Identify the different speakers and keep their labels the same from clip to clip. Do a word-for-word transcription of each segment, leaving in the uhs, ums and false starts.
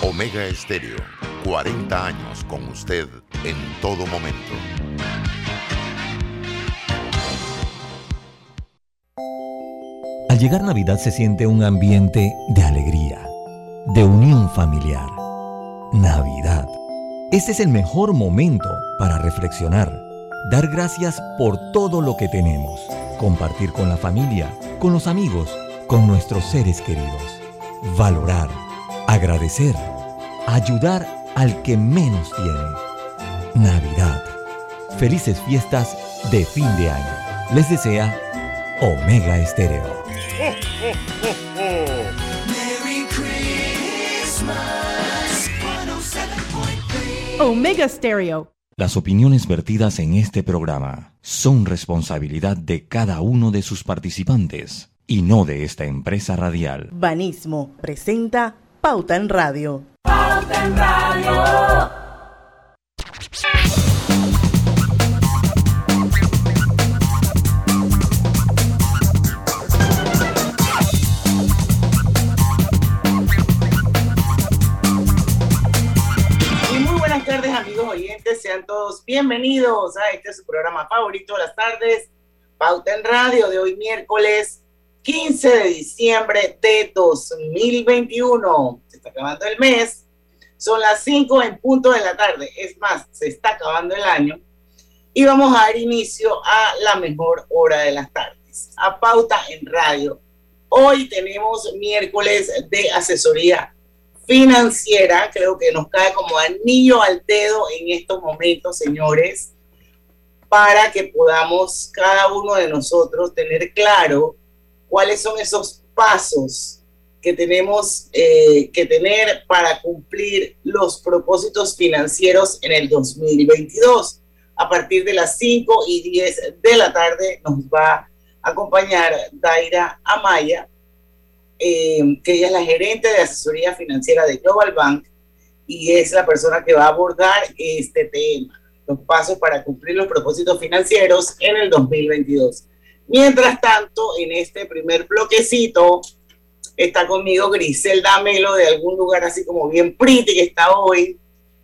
Speaker 1: Omega Estéreo, cuarenta años con usted en todo momento.
Speaker 2: Al llegar Navidad se siente un ambiente de alegría, de unión familiar. Navidad. Este es el mejor momento para reflexionar, dar gracias por todo lo que tenemos, compartir con la familia, con los amigos, con nuestros seres queridos, valorar, agradecer, ayudar al que menos tiene. Navidad. Felices fiestas de fin de año. Les desea Omega Estéreo.
Speaker 3: ¡Oh, oh, oh, oh! Merry Christmas. ciento siete punto tres
Speaker 4: Omega Stereo.
Speaker 2: Las opiniones vertidas en este programa son responsabilidad de cada uno de sus participantes y no de esta empresa radial.
Speaker 4: Banismo presenta Pauta en Radio.
Speaker 5: Pauta en Radio.
Speaker 6: Amigos oyentes, sean todos bienvenidos a este su programa favorito de las tardes, Pauta en Radio, de hoy miércoles quince de diciembre de dos mil veintiuno. Se está acabando el mes, son las cinco en punto de la tarde, es más, se está acabando el año y vamos a dar inicio a la mejor hora de las tardes, a Pauta en Radio. Hoy tenemos miércoles de asesoría financiera, creo que nos cae como anillo al dedo en estos momentos, señores, para que podamos cada uno de nosotros tener claro cuáles son esos pasos que tenemos eh, que tener para cumplir los propósitos financieros en el dos mil veintidós. A partir de las cinco y diez de la tarde nos va a acompañar Daira Amaya, Eh, que ella es la gerente de asesoría financiera de Global Bank y es la persona que va a abordar este tema, los pasos para cumplir los propósitos financieros en el dos mil veintidós. Mientras tanto, en este primer bloquecito está conmigo Griselda Melo, de algún lugar así como bien pretty que está hoy.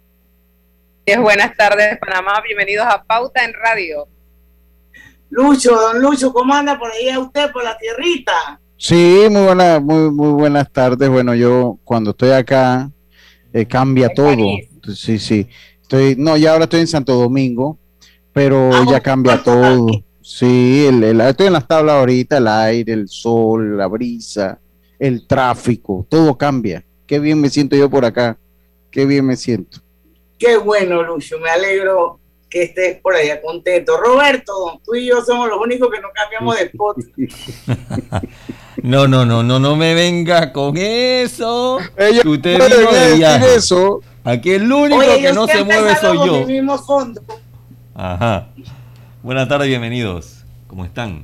Speaker 7: Buenas tardes, Panamá, bienvenidos a Pauta en Radio.
Speaker 6: Lucho, don Lucho, ¿cómo anda por ahí a usted, por la tierrita?
Speaker 8: Sí, muy buenas, muy, muy buenas tardes. Bueno, yo cuando estoy acá eh, cambia en todo. París. Sí, sí. Estoy, no, ya ahora estoy en Santo Domingo, pero ah, ya cambia todo. Sí, el, el, estoy en las tablas ahorita, el aire, el sol, la brisa, el tráfico, todo cambia. Qué bien me siento yo por acá. Qué bien me siento.
Speaker 6: Qué bueno, Lucho. Me alegro que estés por allá contento. Roberto, tú y yo somos los únicos que no cambiamos de spot.
Speaker 2: No, no, no, no, no me venga con eso.
Speaker 8: Ella
Speaker 2: que usted
Speaker 8: puede
Speaker 2: vino de viaje.
Speaker 8: Eso.
Speaker 2: Aquí el único Oye, que no se mueve soy yo.
Speaker 6: El mismo fondo.
Speaker 2: Ajá. Buenas tardes, bienvenidos. ¿Cómo están?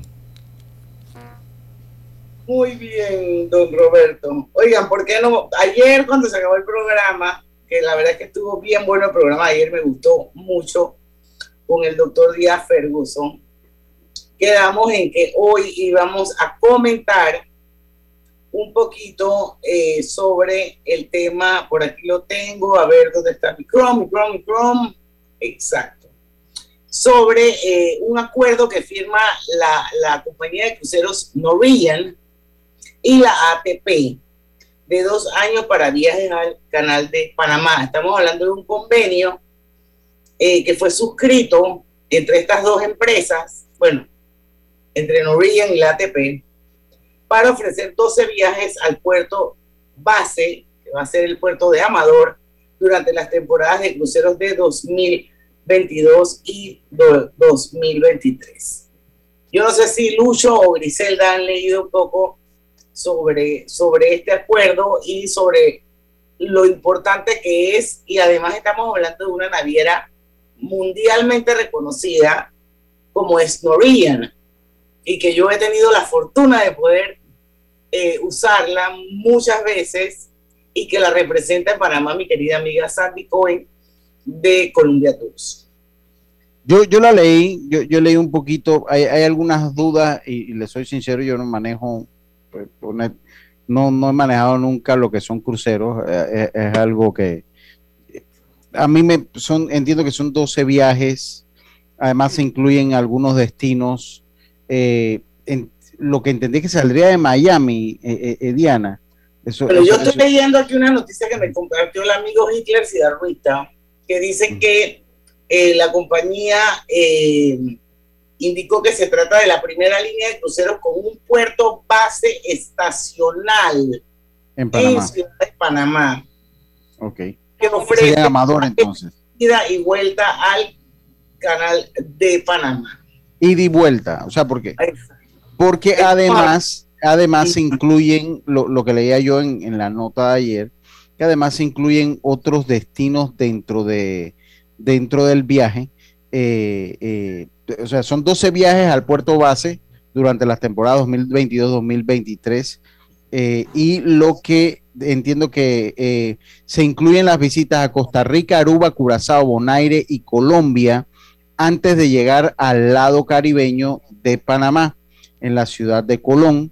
Speaker 6: Muy bien, don Roberto. Oigan, ¿por qué no? Ayer cuando se acabó el programa, que la verdad es que estuvo bien bueno el programa, ayer me gustó mucho, con el doctor Díaz Ferguson, quedamos en que hoy íbamos a comentar un poquito eh, sobre el tema, por aquí lo tengo, a ver dónde está mi Chrome, mi Chrome, mi Chrome, exacto, sobre eh, un acuerdo que firma la, la compañía de cruceros Norwegian y la A T P, de dos años para viajes al Canal de Panamá. Estamos hablando de un convenio eh, que fue suscrito entre estas dos empresas, bueno, entre Norwegian y la A T P, para ofrecer doce viajes al puerto base, que va a ser el puerto de Amador, durante las temporadas de cruceros de dos mil veintidós y dos mil veintitrés. Yo no sé si Lucho o Griselda han leído un poco sobre, sobre este acuerdo y sobre lo importante que es, y además estamos hablando de una naviera mundialmente reconocida como es Norwegian, y que yo he tenido la fortuna de poder eh, usarla muchas veces y que la representa en Panamá mi querida amiga Sandy Cohen de Columbia Tours.
Speaker 8: Yo, yo la leí, yo, yo leí un poquito, hay, hay algunas dudas y, y le soy sincero, yo no manejo pues, poner, no, no he manejado nunca lo que son cruceros, eh, es, es algo que a mí me son, entiendo que son doce viajes, además se incluyen algunos destinos, eh, en, lo que entendí que saldría de Miami, eh, eh, Diana. Eso,
Speaker 6: Pero
Speaker 8: eso,
Speaker 6: yo estoy
Speaker 8: eso.
Speaker 6: leyendo aquí una noticia que me compartió el amigo Hitler Cidarruita, que dice que eh, la compañía eh, indicó que se trata de la primera línea de cruceros con un puerto base estacional
Speaker 8: En Panamá.
Speaker 6: en Ciudad de Panamá.
Speaker 8: Ok.
Speaker 6: Que ofrece
Speaker 8: Sería Amador entonces.
Speaker 6: ida y vuelta al canal de Panamá.
Speaker 8: Ida y vuelta, o sea, ¿por qué? Porque además, además se incluyen, lo, lo que leía yo en, en la nota de ayer, que además se incluyen otros destinos dentro de dentro del viaje. Eh, eh, o sea, son doce viajes al puerto base durante las temporadas dos mil veintidós dos mil veintitrés, eh, y lo que entiendo que eh, se incluyen las visitas a Costa Rica, Aruba, Curazao, Bonaire y Colombia antes de llegar al lado caribeño de Panamá, en la ciudad de Colón.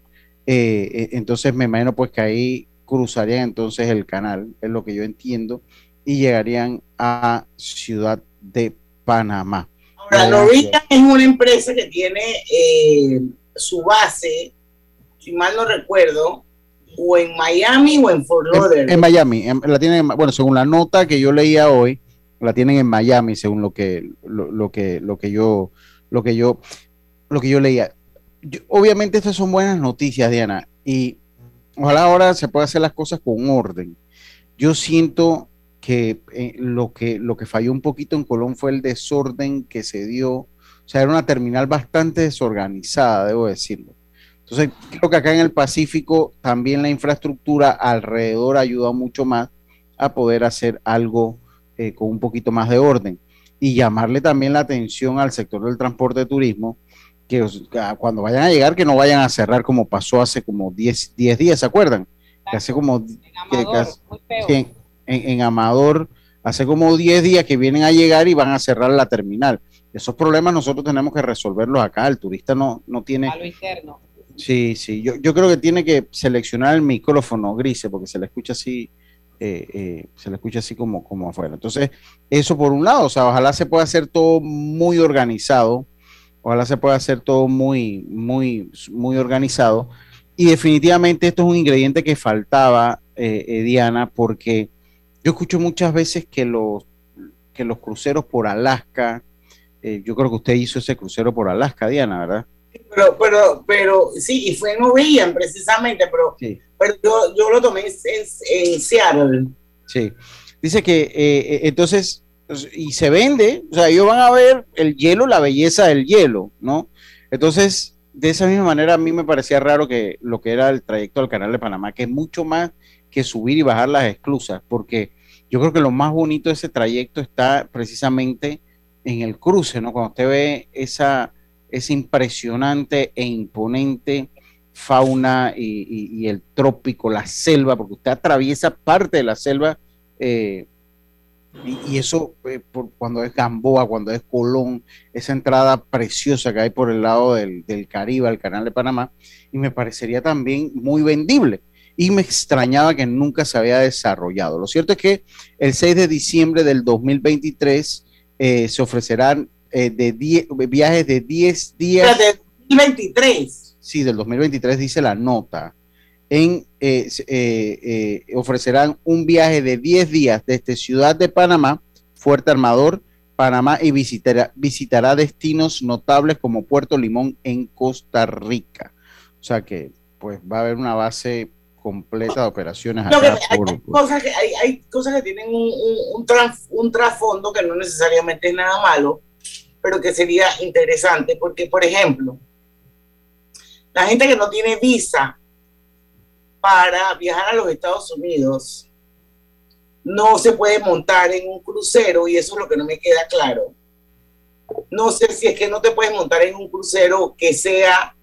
Speaker 8: Eh, entonces me imagino pues que ahí cruzarían entonces el canal, es lo que yo entiendo, y llegarían a Ciudad de Panamá.
Speaker 6: Ahora, Norwegian es una empresa que tiene eh, su base, si mal no recuerdo, o en Miami o en Fort Lauderdale.
Speaker 8: En, en Miami, en, la tienen, bueno, según la nota que yo leía hoy, la tienen en Miami, según lo que, lo, lo que, lo que yo, lo que yo, lo que yo leía. Yo, obviamente estas son buenas noticias, Diana, y ojalá ahora se pueda hacer las cosas con orden. Yo siento que eh, lo que lo que falló un poquito en Colón fue el desorden que se dio. O sea, era una terminal bastante desorganizada, debo decirlo. Entonces, creo que acá en el Pacífico también la infraestructura alrededor ayuda mucho más a poder hacer algo eh, con un poquito más de orden y llamarle también la atención al sector del transporte de turismo, que cuando vayan a llegar, que no vayan a cerrar como pasó hace como diez días, ¿se acuerdan? Que hace como
Speaker 7: en Amador,
Speaker 8: que, hace,
Speaker 7: muy feo.
Speaker 8: que en, en Amador hace como diez días que vienen a llegar y van a cerrar la terminal. Esos problemas nosotros tenemos que resolverlos acá. El turista no, no tiene...
Speaker 7: A lo interno.
Speaker 8: Sí, sí, yo, yo creo que tiene que seleccionar el micrófono, Grise, porque se le escucha así, eh, eh, se le escucha así como, como afuera. Entonces, eso por un lado, o sea, ojalá se pueda hacer todo muy organizado, ojalá se pueda hacer todo muy, muy, muy organizado. Y definitivamente esto es un ingrediente que faltaba, eh, eh, Diana, porque yo escucho muchas veces que los, que los cruceros por Alaska, eh, yo creo que usted hizo ese crucero por Alaska, Diana, ¿verdad?
Speaker 6: Pero, pero, pero, sí, y fue en Norwegian precisamente, pero,
Speaker 8: sí.
Speaker 6: pero yo, yo lo tomé en, en, en Seattle.
Speaker 8: Sí, dice que eh, entonces, y se vende, o sea, ellos van a ver el hielo, la belleza del hielo, ¿no? Entonces, de esa misma manera, a mí me parecía raro que lo que era el trayecto al Canal de Panamá, que es mucho más que subir y bajar las esclusas, porque yo creo que lo más bonito de ese trayecto está precisamente en el cruce, ¿no? Cuando usted ve esa... es impresionante e imponente fauna y, y, y el trópico, la selva, porque usted atraviesa parte de la selva, eh, y, y eso eh, por, cuando es Gamboa, cuando es Colón, esa entrada preciosa que hay por el lado del, del Caribe, al Canal de Panamá, y me parecería también muy vendible, y me extrañaba que nunca se había desarrollado. Lo cierto es que el seis de diciembre del dos mil veintitrés eh, se ofrecerán Eh, de diez, viajes de diez días.
Speaker 6: Del dos mil veintitrés.
Speaker 8: Sí, del dos mil veintitrés dice la nota. En, eh, eh, eh, ofrecerán un viaje de diez días desde Ciudad de Panamá, Fuerte Armador, Panamá, y visitará, visitará destinos notables como Puerto Limón en Costa Rica. O sea que pues va a haber una base completa de operaciones acá.
Speaker 6: Que, hay,
Speaker 8: por,
Speaker 6: hay, cosas que, hay, hay cosas que tienen un, un, un, trans, un trasfondo que no necesariamente es nada malo, pero que sería interesante, porque, por ejemplo, la gente que no tiene visa para viajar a los Estados Unidos no se puede montar en un crucero, y eso es lo que no me queda claro. No sé si es que no te puedes montar en un crucero que sea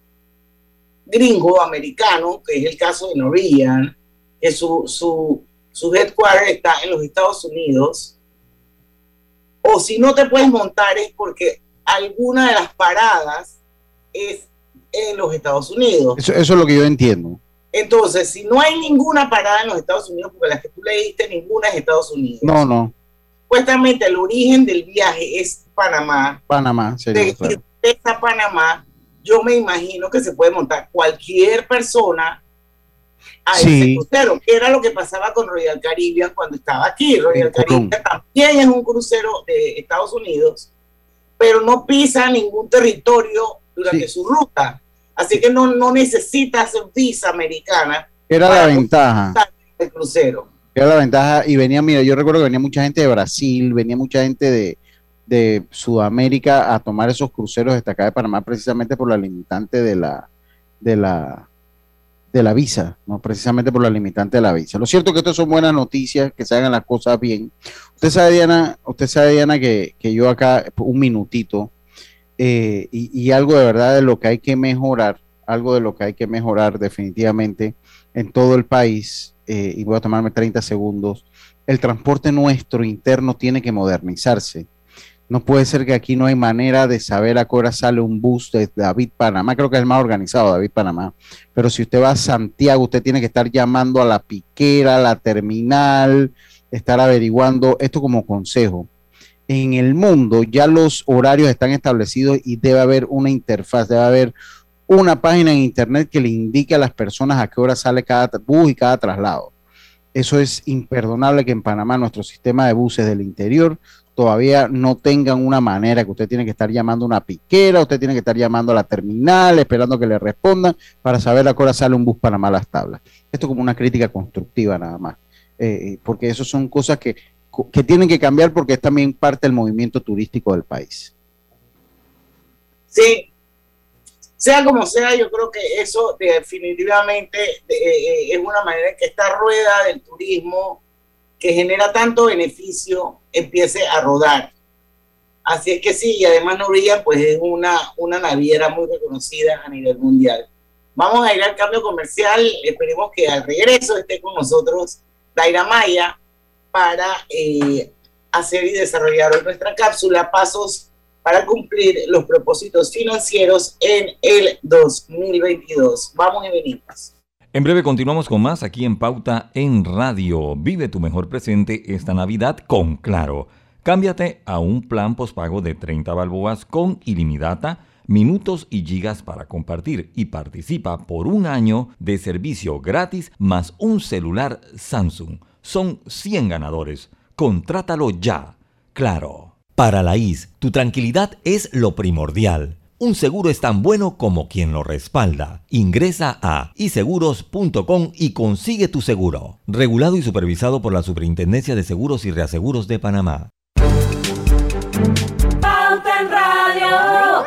Speaker 6: gringo, americano, que es el caso de Norwegian, que su, su, su headquarter está en los Estados Unidos, o si no te puedes montar es porque alguna de las paradas es en los Estados Unidos.
Speaker 8: Eso, eso es lo que yo entiendo.
Speaker 6: Entonces, si no hay ninguna parada en los Estados Unidos, porque las que tú leíste, ninguna es Estados Unidos.
Speaker 8: No, no.
Speaker 6: Supuestamente el origen del viaje es Panamá.
Speaker 8: Panamá, sería
Speaker 6: de,
Speaker 8: claro.
Speaker 6: de esa Panamá, yo me imagino que se puede montar cualquier persona a
Speaker 8: Sí.
Speaker 6: ese crucero, que era lo que pasaba con Royal Caribbean cuando estaba aquí. Royal
Speaker 8: En Colón.
Speaker 6: Caribbean también es un crucero de Estados Unidos, pero no pisa ningún territorio durante
Speaker 8: Sí.
Speaker 6: su ruta. Así que no, no necesitas visa americana
Speaker 8: Era la ventaja.
Speaker 6: el crucero.
Speaker 8: Era la ventaja. Y venía, mira, yo recuerdo que venía mucha gente de Brasil, venía mucha gente de, de Sudamérica a tomar esos cruceros desde acá de Panamá, precisamente por la limitante de la, de la, de la visa, no precisamente por la limitante de la visa. Lo cierto es que estas son buenas noticias, que se hagan las cosas bien. Usted sabe, Diana, usted sabe, Diana, que, que yo acá, un minutito, eh, y, y algo de verdad de lo que hay que mejorar, algo de lo que hay que mejorar definitivamente en todo el país, eh, y voy a tomarme treinta segundos, el transporte nuestro interno tiene que modernizarse. No puede ser que aquí no hay manera de saber a qué hora sale un bus de David Panamá, creo que es el más organizado, David Panamá, pero si usted va a Santiago, usted tiene que estar llamando a la piquera, a la terminal, estar averiguando, esto como consejo. En el mundo ya los horarios están establecidos y debe haber una interfaz, debe haber una página en internet que le indique a las personas a qué hora sale cada bus y cada traslado. Eso es imperdonable que en Panamá nuestro sistema de buses del interior todavía no tengan una manera que usted tiene que estar llamando a una piquera, usted tiene que estar llamando a la terminal, esperando que le respondan para saber a qué hora sale un bus Panamá a las tablas. Esto como una crítica constructiva nada más, eh, porque eso son cosas que, que tienen que cambiar porque es también parte del movimiento turístico del país.
Speaker 6: Sí, sea como sea, yo creo que eso definitivamente eh, es una manera en que esta rueda del turismo que genera tanto beneficio empiece a rodar. Así es que sí, y además Noriega pues es una, una naviera muy reconocida a nivel mundial. Vamos a ir al cambio comercial, esperemos que al regreso esté con nosotros Daira Maya para eh, hacer y desarrollar hoy nuestra cápsula Pasos para cumplir los propósitos financieros en el dos mil veintidós. Vamos y venimos.
Speaker 2: En breve continuamos con más aquí en Pauta en Radio. Vive tu mejor presente esta Navidad con Claro. Cámbiate a un plan postpago de treinta balboas con ilimitada, minutos y gigas para compartir y participa por un año de servicio gratis más un celular Samsung. Son cien ganadores. Contrátalo ya. Claro. Para la I S, tu tranquilidad es lo primordial. Un seguro es tan bueno como quien lo respalda. Ingresa a iseguros punto com y consigue tu seguro. Regulado y supervisado por la Superintendencia de Seguros y Reaseguros de Panamá.
Speaker 5: Pauta en Radio.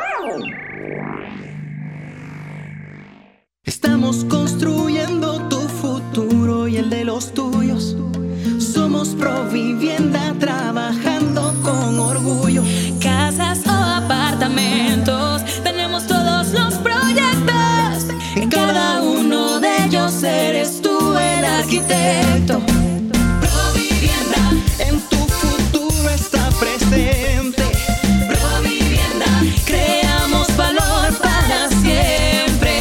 Speaker 9: Estamos construyendo tu futuro y el de los tuyos. Somos Provivienda, trabajando con orgullo.
Speaker 10: Casas o apartamentos, tenemos todos los proyectos.
Speaker 9: En cada uno de ellos eres tú el arquitecto. Provivienda, en tu futuro está presente. Provivienda, creamos valor para siempre.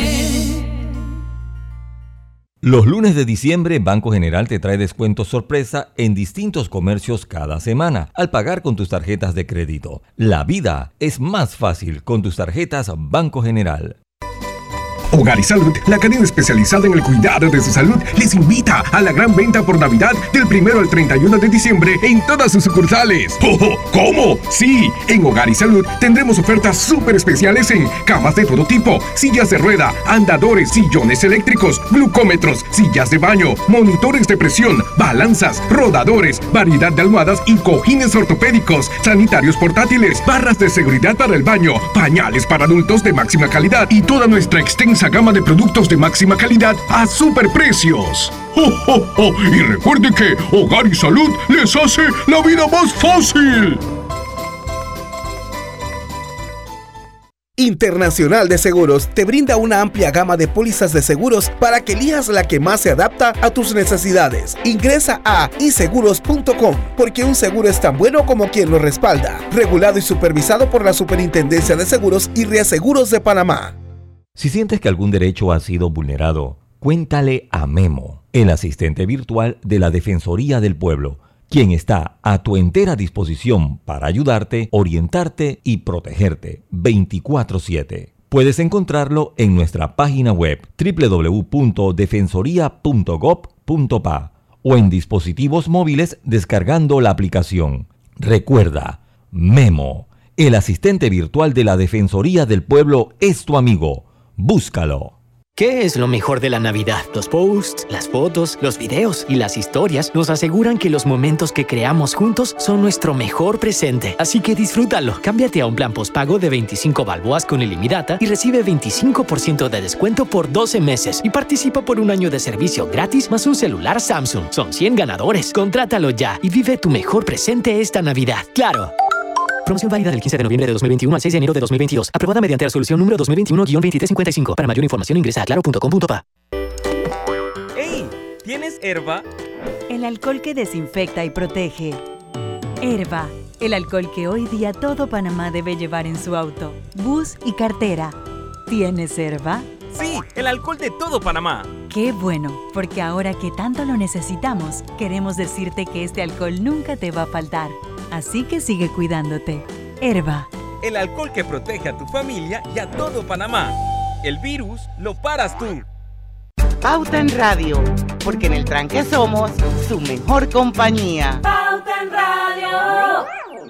Speaker 2: Los lunes de diciembre, Banco General te trae descuentos sorpresa en distintos comercios cada semana al pagar con tus tarjetas de crédito. La vida es más fácil con tus tarjetas Banco General.
Speaker 11: Hogar y Salud, la cadena especializada en el cuidado de su salud, les invita a la gran venta por Navidad del primero al treinta y uno de diciembre en todas sus sucursales. ¡Oh, oh! ¿Cómo? Sí, en Hogar y Salud tendremos ofertas súper especiales en camas de todo tipo, sillas de rueda, andadores, sillones eléctricos, glucómetros, sillas de baño, monitores de presión, balanzas, rodadores, variedad de almohadas y cojines ortopédicos, sanitarios portátiles, barras de seguridad para el baño, pañales para adultos de máxima calidad y toda nuestra extensa gama de productos de máxima calidad a superprecios. ¡Oh, oh, oh! Y recuerde que Hogar y Salud les hace la vida más fácil.
Speaker 12: Internacional de Seguros te brinda una amplia gama de pólizas de seguros para que elijas la que más se adapta a tus necesidades. Ingresa a iseguros punto com porque un seguro es tan bueno como quien lo respalda. Regulado y supervisado por la Superintendencia de Seguros y Reaseguros de Panamá.
Speaker 2: Si sientes que algún derecho ha sido vulnerado, Cuéntale a Memo, el asistente virtual de la Defensoría del Pueblo, quien está a tu entera disposición para ayudarte, orientarte y protegerte veinticuatro siete. Puedes encontrarlo en nuestra página web doble u doble u doble u punto defensoría punto gov punto pa o en dispositivos móviles descargando la aplicación. Recuerda, Memo, el asistente virtual de la Defensoría del Pueblo es tu amigo. Búscalo.
Speaker 13: ¿Qué es lo mejor de la Navidad? Los posts, las fotos, los videos y las historias nos aseguran que los momentos que creamos juntos son nuestro mejor presente. Así que disfrútalo. Cámbiate a un plan postpago de veinticinco balboas con ilimitada y recibe veinticinco por ciento de descuento por doce meses. Y participa por un año de servicio gratis más un celular Samsung. Son cien ganadores. Contrátalo ya y vive tu mejor presente esta Navidad. ¡Claro! Promoción válida del quince de noviembre de dos mil veintiuno al seis de enero de dos mil veintidós. Aprobada mediante resolución número dos mil veintiuno guion veintitrés cincuenta y cinco. Para mayor información ingresa a claro punto com punto pa.
Speaker 14: ¡Ey! ¿Tienes Herba?
Speaker 15: El alcohol que desinfecta y protege. Herba, el alcohol que hoy día todo Panamá debe llevar en su auto, bus y cartera. ¿Tienes Herba?
Speaker 14: Sí, el alcohol de todo Panamá.
Speaker 15: Qué bueno, porque ahora que tanto lo necesitamos, queremos decirte que este alcohol nunca te va a faltar. Así que sigue cuidándote. Herba.
Speaker 14: El alcohol que protege a tu familia y a todo Panamá. El virus lo paras tú.
Speaker 16: Pauta en Radio, porque en el tranque somos su mejor compañía.
Speaker 5: Pauta en Radio.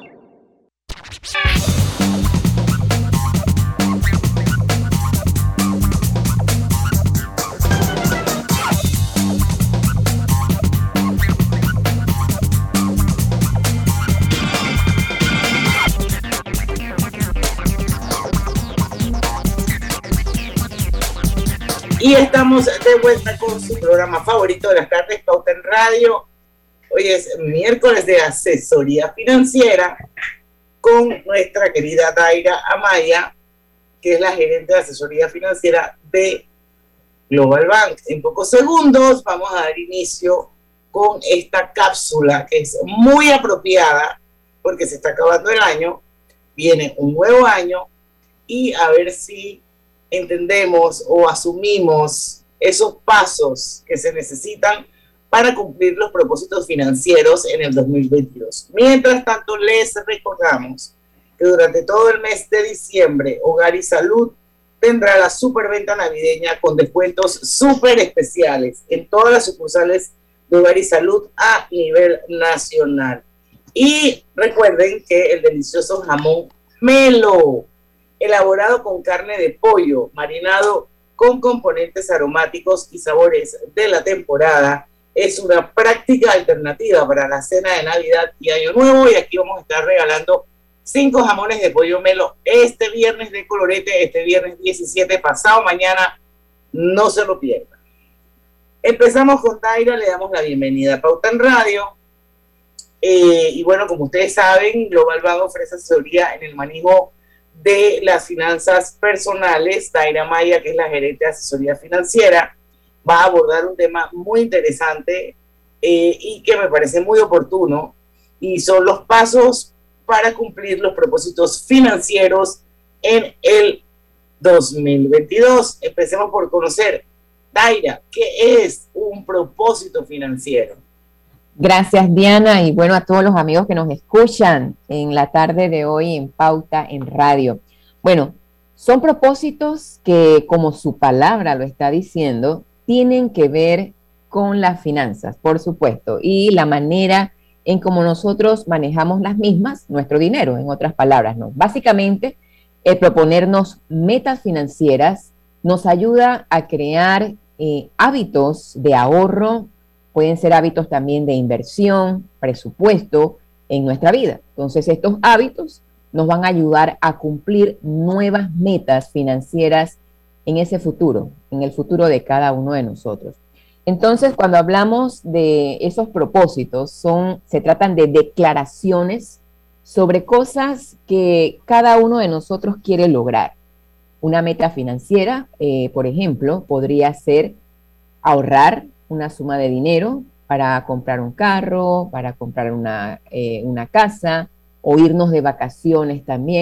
Speaker 6: Y estamos de vuelta con su programa favorito de las tardes, Pauta en Radio. Hoy es miércoles de asesoría financiera con nuestra querida Daira Amaya, que es la gerente de asesoría financiera de Global Bank. En pocos segundos vamos a dar inicio con esta cápsula que es muy apropiada porque se está acabando el año, viene un nuevo año y a ver si entendemos o asumimos esos pasos que se necesitan para cumplir los propósitos financieros en el dos mil veintidós. Mientras tanto, les recordamos que durante todo el mes de diciembre, Hogar y Salud tendrá la superventa navideña con descuentos súper especiales en todas las sucursales de Hogar y Salud a nivel nacional. Y recuerden que el delicioso jamón Melo, elaborado con carne de pollo, marinado con componentes aromáticos y sabores de la temporada, es una práctica alternativa para la cena de Navidad y Año Nuevo. Y aquí vamos a estar regalando cinco jamones de pollo Melo este viernes de colorete, este viernes diecisiete, pasado mañana, no se lo pierdan. Empezamos con Daira, le damos la bienvenida a Pauta en Radio. Eh, y bueno, como ustedes saben, Global Bank ofrece asesoría en el manejo de las finanzas personales. Daira Amaya, que es la gerente de asesoría financiera, va a abordar un tema muy interesante eh, y que me parece muy oportuno, y son los pasos para cumplir los propósitos financieros en el dos mil veintidós. Empecemos por conocer, Daira, ¿qué es un propósito financiero?
Speaker 17: Gracias, Diana, y bueno, a todos los amigos que nos escuchan en la tarde de hoy en Pauta en Radio. Bueno, son propósitos que, como su palabra lo está diciendo, tienen que ver con las finanzas, por supuesto, y la manera en cómo nosotros manejamos las mismas, nuestro dinero, en otras palabras, ¿no? Básicamente, el proponernos metas financieras nos ayuda a crear eh, hábitos de ahorro. Pueden ser hábitos también de inversión, presupuesto en nuestra vida. Entonces, estos hábitos nos van a ayudar a cumplir nuevas metas financieras en ese futuro, en el futuro de cada uno de nosotros. Entonces, cuando hablamos de esos propósitos, son, se tratan de declaraciones sobre cosas que cada uno de nosotros quiere lograr. Una meta financiera, eh, por ejemplo, podría ser ahorrar una suma de dinero para comprar un carro, para comprar una, eh, una casa, o irnos de vacaciones también,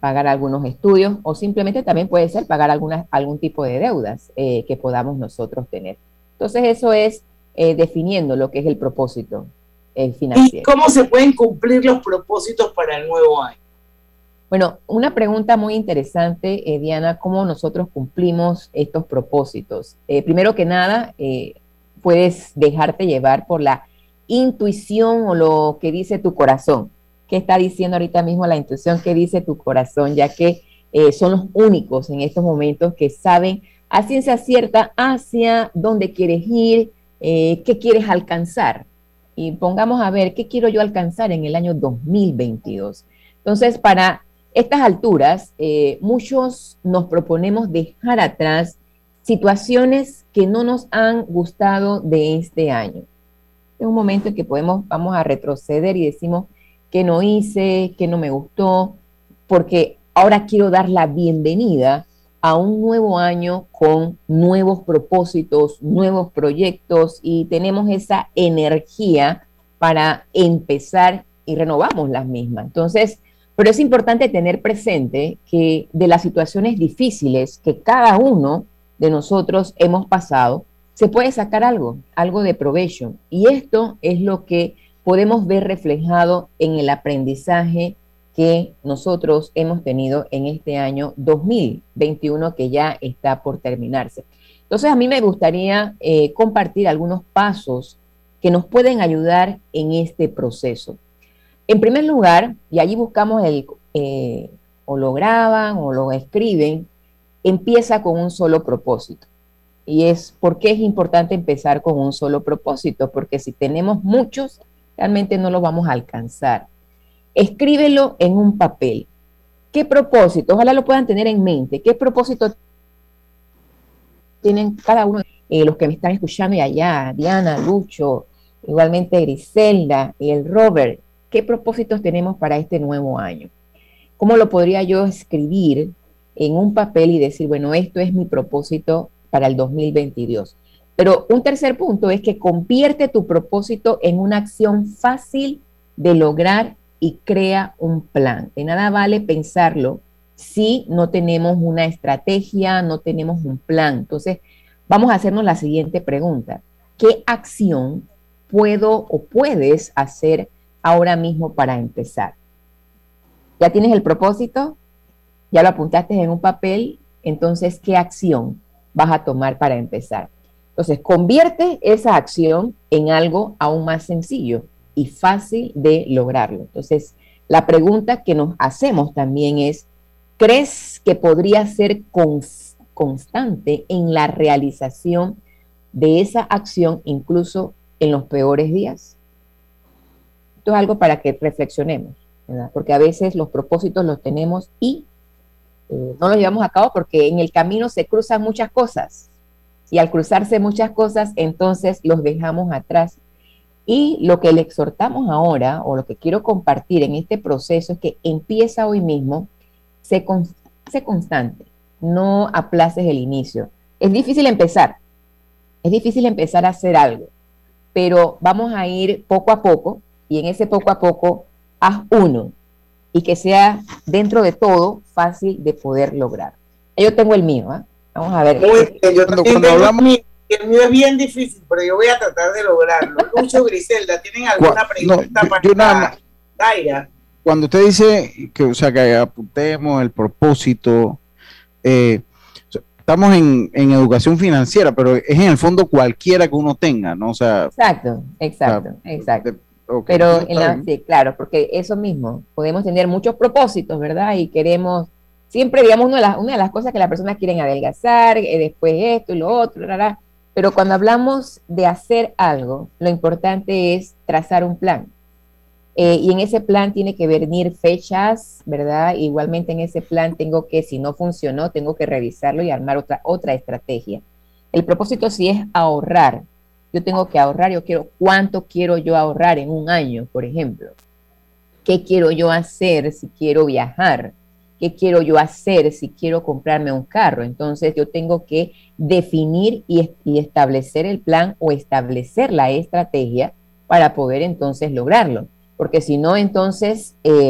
Speaker 17: pagar algunos estudios o simplemente también puede ser pagar algunas, algún tipo de deudas eh, que podamos nosotros tener. Entonces eso es eh, definiendo lo que es el propósito eh, financiero.
Speaker 6: ¿Y cómo se pueden cumplir los propósitos para el nuevo año?
Speaker 17: Bueno, una pregunta muy interesante, eh, Diana, ¿cómo nosotros cumplimos estos propósitos? Eh, primero que nada, eh, puedes dejarte llevar por la intuición o lo que dice tu corazón. ¿Qué está diciendo ahorita mismo la intuición? ¿Qué dice tu corazón? Ya que eh, son los únicos en estos momentos que saben a ciencia cierta hacia dónde quieres ir, eh, qué quieres alcanzar. Y pongamos a ver, ¿qué quiero yo alcanzar en el año dos mil veintidós? Entonces, para estas alturas, eh, muchos nos proponemos dejar atrás situaciones que no nos han gustado de este año. Es un momento en que podemos, vamos a retroceder y decimos que no hice, que no me gustó, porque ahora quiero dar la bienvenida a un nuevo año con nuevos propósitos, nuevos proyectos y tenemos esa energía para empezar y renovamos las mismas. Entonces, pero es importante tener presente que de las situaciones difíciles que cada uno de nosotros hemos pasado, se puede sacar algo, algo de provecho. Y esto es lo que podemos ver reflejado en el aprendizaje que nosotros hemos tenido en este año dos mil veintiuno que ya está por terminarse. Entonces a mí me gustaría eh, compartir algunos pasos que nos pueden ayudar en este proceso. En primer lugar, y allí buscamos el, eh, o lo graban o lo escriben, empieza con un solo propósito. Y es, ¿por qué es importante empezar con un solo propósito? Porque si tenemos muchos, realmente no los vamos a alcanzar. Escríbelo en un papel. ¿Qué propósito? Ojalá lo puedan tener en mente. ¿Qué propósito tienen cada uno de eh, los que me están escuchando y allá? Diana, Lucho, igualmente Griselda y el Robert. ¿Qué propósitos tenemos para este nuevo año? ¿Cómo lo podría yo escribir en un papel y decir, bueno, esto es mi propósito para el dos mil veintidós? Pero un tercer punto es que convierte tu propósito en una acción fácil de lograr y crea un plan. De nada vale pensarlo si no tenemos una estrategia, no tenemos un plan. Entonces, vamos a hacernos la siguiente pregunta. ¿Qué acción puedo o puedes hacer ahora mismo para empezar? ¿Ya tienes el propósito? ¿Ya lo apuntaste en un papel? Entonces, ¿qué acción vas a tomar para empezar? Entonces, convierte esa acción en algo aún más sencillo y fácil de lograrlo. Entonces, la pregunta que nos hacemos también es, ¿crees que podría ser cons- constante en la realización de esa acción incluso en los peores días? Esto es algo para que reflexionemos, ¿verdad? Porque a veces los propósitos los tenemos y eh, no los llevamos a cabo porque en el camino se cruzan muchas cosas. Y al cruzarse muchas cosas, entonces los dejamos atrás. Y lo que le exhortamos ahora, o lo que quiero compartir en este proceso, es que empieza hoy mismo, sé, con, sé constante, no aplaces el inicio. Es difícil empezar, es difícil empezar a hacer algo, pero vamos a ir poco a poco, y en ese poco a poco, haz uno, y que sea dentro de todo fácil de poder lograr. Yo tengo el mío, ¿eh? Vamos a ver.
Speaker 6: Muy bien, yo cuando, cuando hablamos... Mi, el mío es bien difícil, pero yo voy a tratar de lograrlo. Lucho, Griselda, ¿tienen alguna pregunta
Speaker 8: no,
Speaker 6: para
Speaker 8: yo nada,
Speaker 6: Daira?
Speaker 8: Cuando usted dice que, o sea, que apuntemos el propósito, eh, estamos en, en educación financiera, pero es en el fondo cualquiera que uno tenga, ¿no? O sea,
Speaker 17: exacto, exacto, o sea, exacto. De, okay, pero en la, sí, claro, porque eso mismo, podemos tener muchos propósitos, ¿verdad? Y queremos siempre, digamos, una de las, una de las cosas que las personas quieren adelgazar, eh, después esto y lo otro, la, la, pero cuando hablamos de hacer algo, lo importante es trazar un plan. Eh, y en ese plan tiene que venir fechas, ¿verdad? Igualmente en ese plan tengo que, si no funcionó, tengo que revisarlo y armar otra, otra estrategia. El propósito sí es ahorrar. Yo tengo que ahorrar, yo quiero, ¿cuánto quiero yo ahorrar en un año, por ejemplo? ¿Qué quiero yo hacer si quiero viajar? ¿Qué quiero yo hacer si quiero comprarme un carro? Entonces yo tengo que definir y, y establecer el plan o establecer la estrategia para poder entonces lograrlo. Porque si no, entonces eh,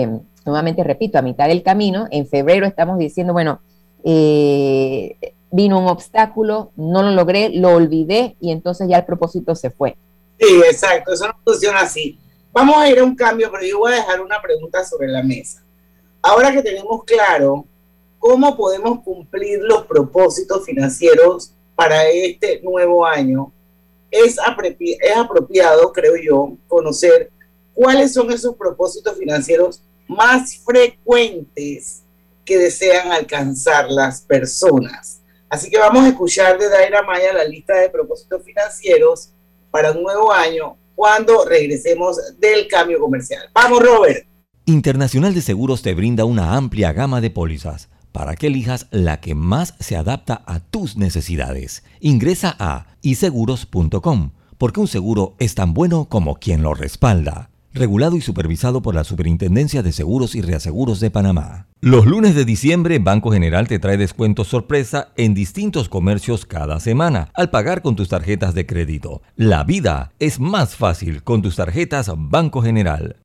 Speaker 17: nuevamente repito, a mitad del camino, en febrero estamos diciendo, bueno, eh, vino un obstáculo, no lo logré, lo olvidé y entonces ya el propósito se fue.
Speaker 6: Sí, exacto, eso no funciona así. Vamos a ir a un cambio, pero yo voy a dejar una pregunta sobre la mesa. Ahora que tenemos claro cómo podemos cumplir los propósitos financieros para este nuevo año, es, apropi- es apropiado, creo yo, conocer cuáles son esos propósitos financieros más frecuentes que desean alcanzar las personas. Así que vamos a escuchar de Daira Maya la lista de propósitos financieros para un nuevo año cuando regresemos del cambio comercial. ¡Vamos, Robert!
Speaker 2: Internacional de Seguros te brinda una amplia gama de pólizas para que elijas la que más se adapta a tus necesidades. Ingresa a i seguros punto com, porque un seguro es tan bueno como quien lo respalda. Regulado y supervisado por la Superintendencia de Seguros y Reaseguros de Panamá. Los lunes de diciembre, Banco General te trae descuentos sorpresa en distintos comercios cada semana al pagar con tus tarjetas de crédito. La vida es más fácil con tus tarjetas Banco General.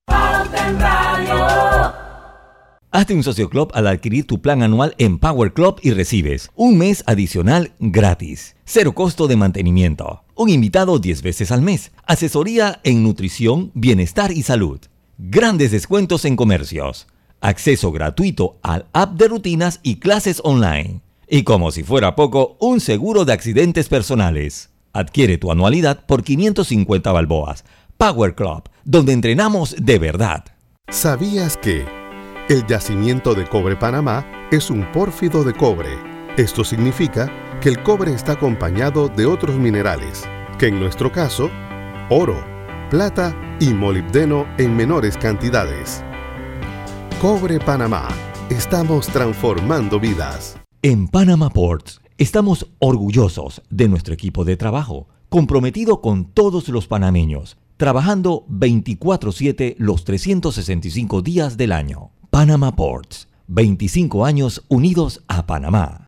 Speaker 2: Hazte un socio club al adquirir tu plan anual en Power Club y recibes un mes adicional gratis, cero costo de mantenimiento, un invitado diez veces al mes, asesoría en nutrición, bienestar y salud, grandes descuentos en comercios, acceso gratuito al app de rutinas y clases online, y como si fuera poco, un seguro de accidentes personales. Adquiere tu anualidad por quinientas cincuenta balboas. Power Club, donde entrenamos de verdad.
Speaker 18: ¿Sabías que el yacimiento de cobre Panamá es un pórfido de cobre? Esto significa que el cobre está acompañado de otros minerales, que en nuestro caso, oro, plata y molibdeno en menores cantidades. Cobre Panamá, estamos transformando vidas.
Speaker 2: En Panama Ports estamos orgullosos de nuestro equipo de trabajo, comprometido con todos los panameños, trabajando veinticuatro siete los trescientos sesenta y cinco días del año. Panama Ports, veinticinco años unidos a Panamá.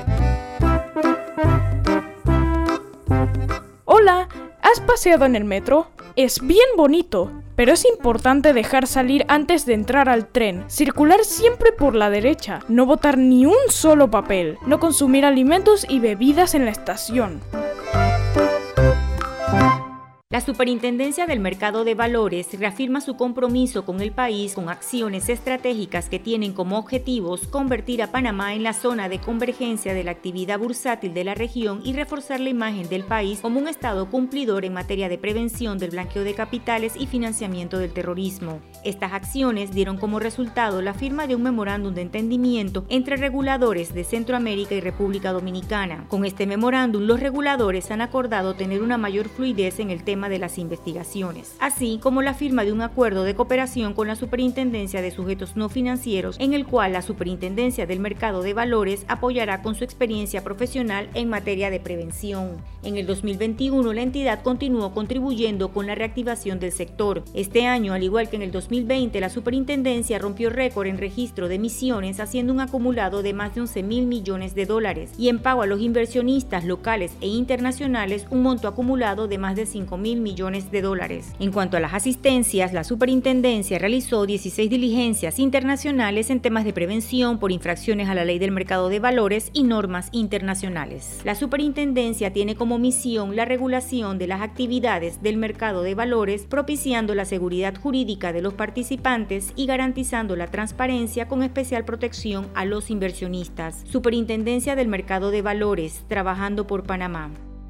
Speaker 19: Hola, ¿has paseado en el metro? Es bien bonito, pero es importante dejar salir antes de entrar al tren, circular siempre por la derecha, no botar ni un solo papel, no consumir alimentos y bebidas en la estación.
Speaker 20: La Superintendencia del Mercado de Valores reafirma su compromiso con el país con acciones estratégicas que tienen como objetivos convertir a Panamá en la zona de convergencia de la actividad bursátil de la región y reforzar la imagen del país como un estado cumplidor en materia de prevención del blanqueo de capitales y financiamiento del terrorismo. Estas acciones dieron como resultado la firma de un memorándum de entendimiento entre reguladores de Centroamérica y República Dominicana. Con este memorándum, los reguladores han acordado tener una mayor fluidez en el tema de las investigaciones, así como la firma de un acuerdo de cooperación con la Superintendencia de Sujetos No Financieros, en el cual la Superintendencia del Mercado de Valores apoyará con su experiencia profesional en materia de prevención. En el dos mil veintiuno, la entidad continuó contribuyendo con la reactivación del sector. Este año, al igual que en el dos mil veinte, la Superintendencia rompió récord en registro de emisiones, haciendo un acumulado de más de once mil millones de dólares, y en pago a los inversionistas locales e internacionales un monto acumulado de más de cinco mil millones de dólares. En cuanto a las asistencias, la Superintendencia realizó dieciséis diligencias internacionales en temas de prevención por infracciones a la Ley del Mercado de Valores y normas internacionales. La Superintendencia tiene como misión la regulación de las actividades del mercado de valores, propiciando la seguridad jurídica de los participantes y garantizando la transparencia con especial protección a los inversionistas. Superintendencia del Mercado de Valores, trabajando por Panamá.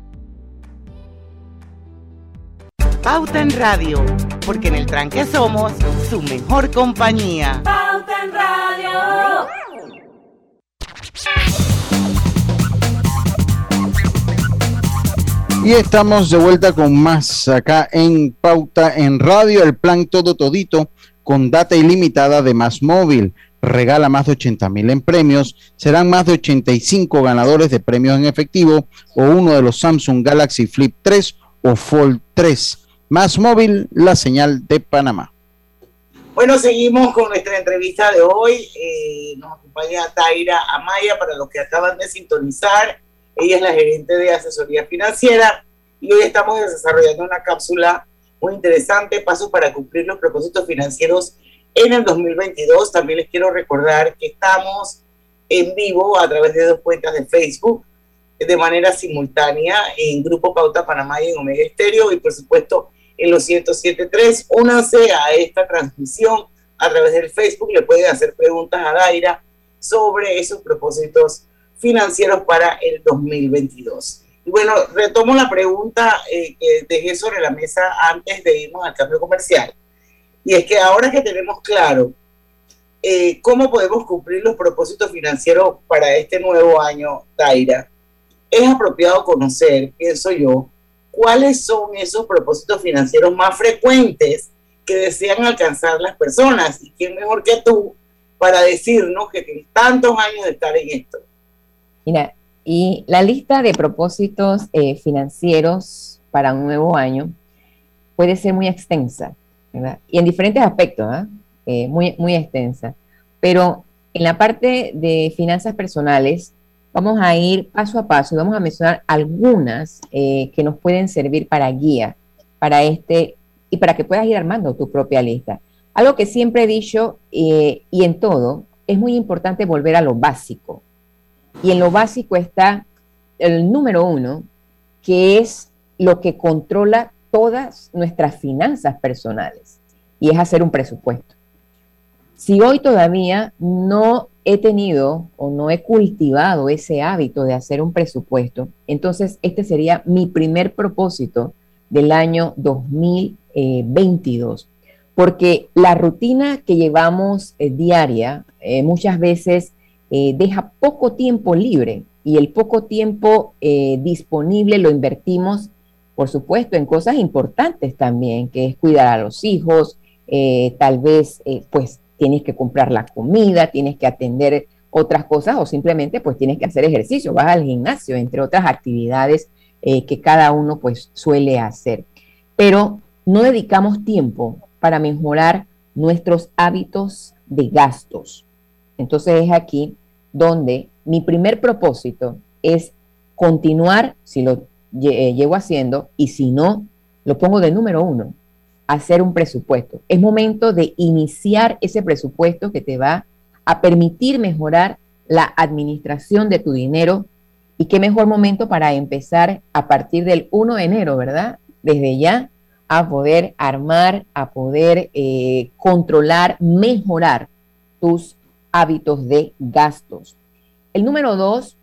Speaker 16: Pauta en Radio, porque en el tranque somos su mejor compañía.
Speaker 5: Pauta en Radio.
Speaker 8: Y estamos de vuelta con más acá en Pauta en Radio, el plan todo todito con data ilimitada de Más Móvil. Regala más de ochenta mil en premios, serán más de ochenta y cinco ganadores de premios en efectivo o uno de los Samsung Galaxy Flip tres o Fold tres. Más Móvil, la señal de Panamá.
Speaker 6: Bueno, seguimos con nuestra entrevista de hoy. Eh, nos acompaña Daira Amaya, para los que acaban de sintonizar. Ella es la gerente de asesoría financiera y hoy estamos desarrollando una cápsula muy interesante, pasos para cumplir los propósitos financieros en el dos mil veintidós. También les quiero recordar que estamos en vivo a través de dos cuentas de Facebook de manera simultánea en Grupo Pauta Panamá y en Omega Estéreo, y por supuesto en los ciento siete punto tres. Únanse a esta transmisión a través del Facebook, le pueden hacer preguntas a Daira sobre esos propósitos financieros para el dos mil veintidós. Y bueno, retomo la pregunta eh, que dejé sobre la mesa antes de irnos al cambio comercial. Y es que ahora que tenemos claro eh, cómo podemos cumplir los propósitos financieros para este nuevo año, Daira, es apropiado conocer, pienso yo, cuáles son esos propósitos financieros más frecuentes que desean alcanzar las personas. Y quién mejor que tú para decirnos que tienes tantos años de estar en esto.
Speaker 17: Mira, y la lista de propósitos eh, financieros para un nuevo año puede ser muy extensa, ¿verdad? Y en diferentes aspectos, ¿eh? Eh, muy, muy extensa. Pero en la parte de finanzas personales, vamos a ir paso a paso y vamos a mencionar algunas eh, que nos pueden servir para guía para este y para que puedas ir armando tu propia lista. Algo que siempre he dicho eh, y en todo, es muy importante volver a lo básico. Y en lo básico está el número uno, que es lo que controla todas nuestras finanzas personales, y es hacer un presupuesto. Si hoy todavía no he tenido o no he cultivado ese hábito de hacer un presupuesto, entonces este sería mi primer propósito del año dos mil veintidós, porque la rutina que llevamos eh, diaria eh, muchas veces eh, deja poco tiempo libre, y el poco tiempo eh, disponible lo invertimos, por supuesto, en cosas importantes también, que es cuidar a los hijos, eh, tal vez eh, pues tienes que comprar la comida, tienes que atender otras cosas, o simplemente pues tienes que hacer ejercicio, vas al gimnasio, entre otras actividades eh, que cada uno pues suele hacer. Pero no dedicamos tiempo para mejorar nuestros hábitos de gastos. Entonces es aquí donde mi primer propósito es continuar, si lo eh, llevo haciendo, y si no, lo pongo de número uno, hacer un presupuesto. Es momento de iniciar ese presupuesto que te va a permitir mejorar la administración de tu dinero, y qué mejor momento para empezar a partir del primero de enero, ¿verdad? Desde ya a poder armar, a poder eh, controlar, mejorar tus hábitos de gastos. El número dos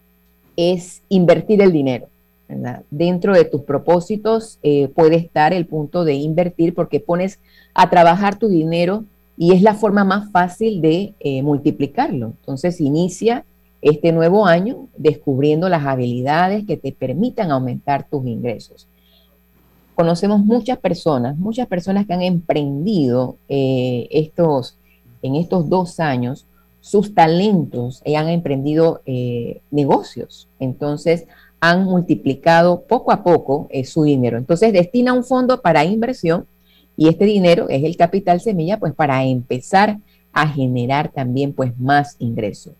Speaker 17: es invertir el dinero, ¿verdad? Dentro de tus propósitos eh, puede estar el punto de invertir, porque pones a trabajar tu dinero y es la forma más fácil de eh, multiplicarlo. Entonces inicia este nuevo año descubriendo las habilidades que te permitan aumentar tus ingresos. Conocemos muchas personas, muchas personas que han emprendido eh, estos, en estos dos años sus talentos y han emprendido eh, negocios. Entonces han multiplicado poco a poco eh, su dinero. Entonces destina un fondo para inversión, y este dinero es el capital semilla pues para empezar a generar también pues más ingresos.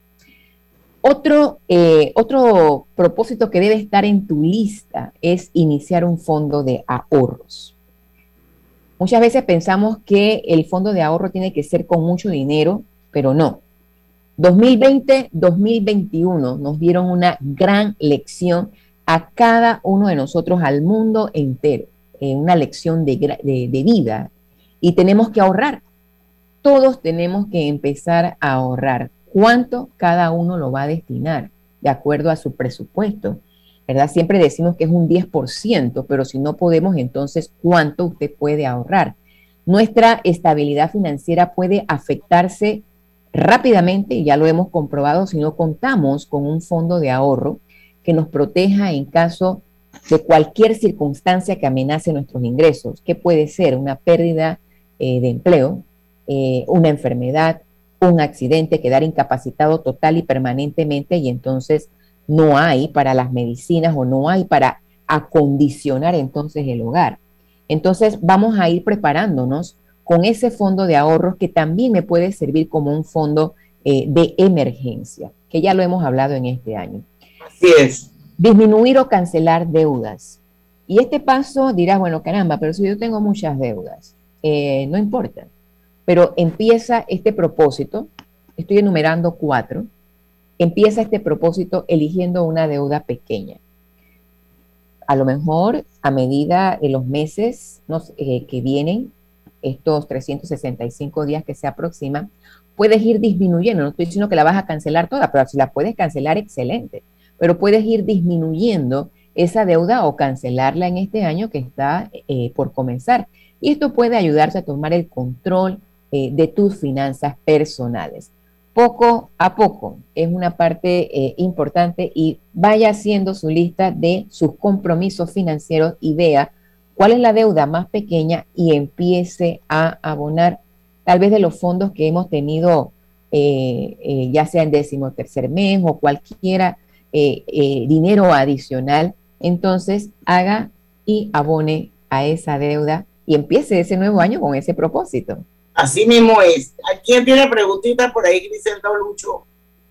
Speaker 17: Otro, eh, otro propósito que debe estar en tu lista es iniciar un fondo de ahorros. Muchas veces pensamos que el fondo de ahorro tiene que ser con mucho dinero, pero no. dos mil veinte, dos mil veintiuno nos dieron una gran lección a cada uno de nosotros, al mundo entero, eh, una lección de, de, de vida, y tenemos que ahorrar. Todos tenemos que empezar a ahorrar. ¿Cuánto cada uno lo va a destinar? De acuerdo a su presupuesto, ¿verdad? Siempre decimos que es un diez por ciento, pero si no podemos, entonces, ¿cuánto usted puede ahorrar? Nuestra estabilidad financiera puede afectarse rápidamente, y ya lo hemos comprobado, si no contamos con un fondo de ahorro que nos proteja en caso de cualquier circunstancia que amenace nuestros ingresos, que puede ser una pérdida eh, de empleo, eh, una enfermedad, un accidente, quedar incapacitado total y permanentemente, y entonces no hay para las medicinas o no hay para acondicionar entonces el hogar. Entonces vamos a ir preparándonos con ese fondo de ahorros, que también me puede servir como un fondo eh, de emergencia, que ya lo hemos hablado en este año.
Speaker 6: Así es.
Speaker 17: Disminuir o cancelar deudas. Y este paso dirás, bueno, caramba, pero si yo tengo muchas deudas, eh, no importa. pero empieza este propósito, estoy enumerando cuatro, empieza este propósito eligiendo una deuda pequeña. A lo mejor, a medida de los meses no, eh, que vienen, estos trescientos sesenta y cinco días que se aproximan, puedes ir disminuyendo. No estoy diciendo que la vas a cancelar toda, pero si la puedes cancelar, excelente. Pero puedes ir disminuyendo esa deuda o cancelarla en este año que está eh, por comenzar. Y esto puede ayudarte a tomar el control eh, de tus finanzas personales. Poco a poco es una parte eh, importante, y vaya haciendo su lista de sus compromisos financieros y vea cuál es la deuda más pequeña y empiece a abonar tal vez de los fondos que hemos tenido, eh, eh, ya sea en décimo tercer mes o cualquiera eh, eh, dinero adicional. Entonces haga y abone a esa deuda y empiece ese nuevo año con ese propósito.
Speaker 6: Así mismo es. ¿Quién tiene preguntitas por ahí? Griselda o Lucho.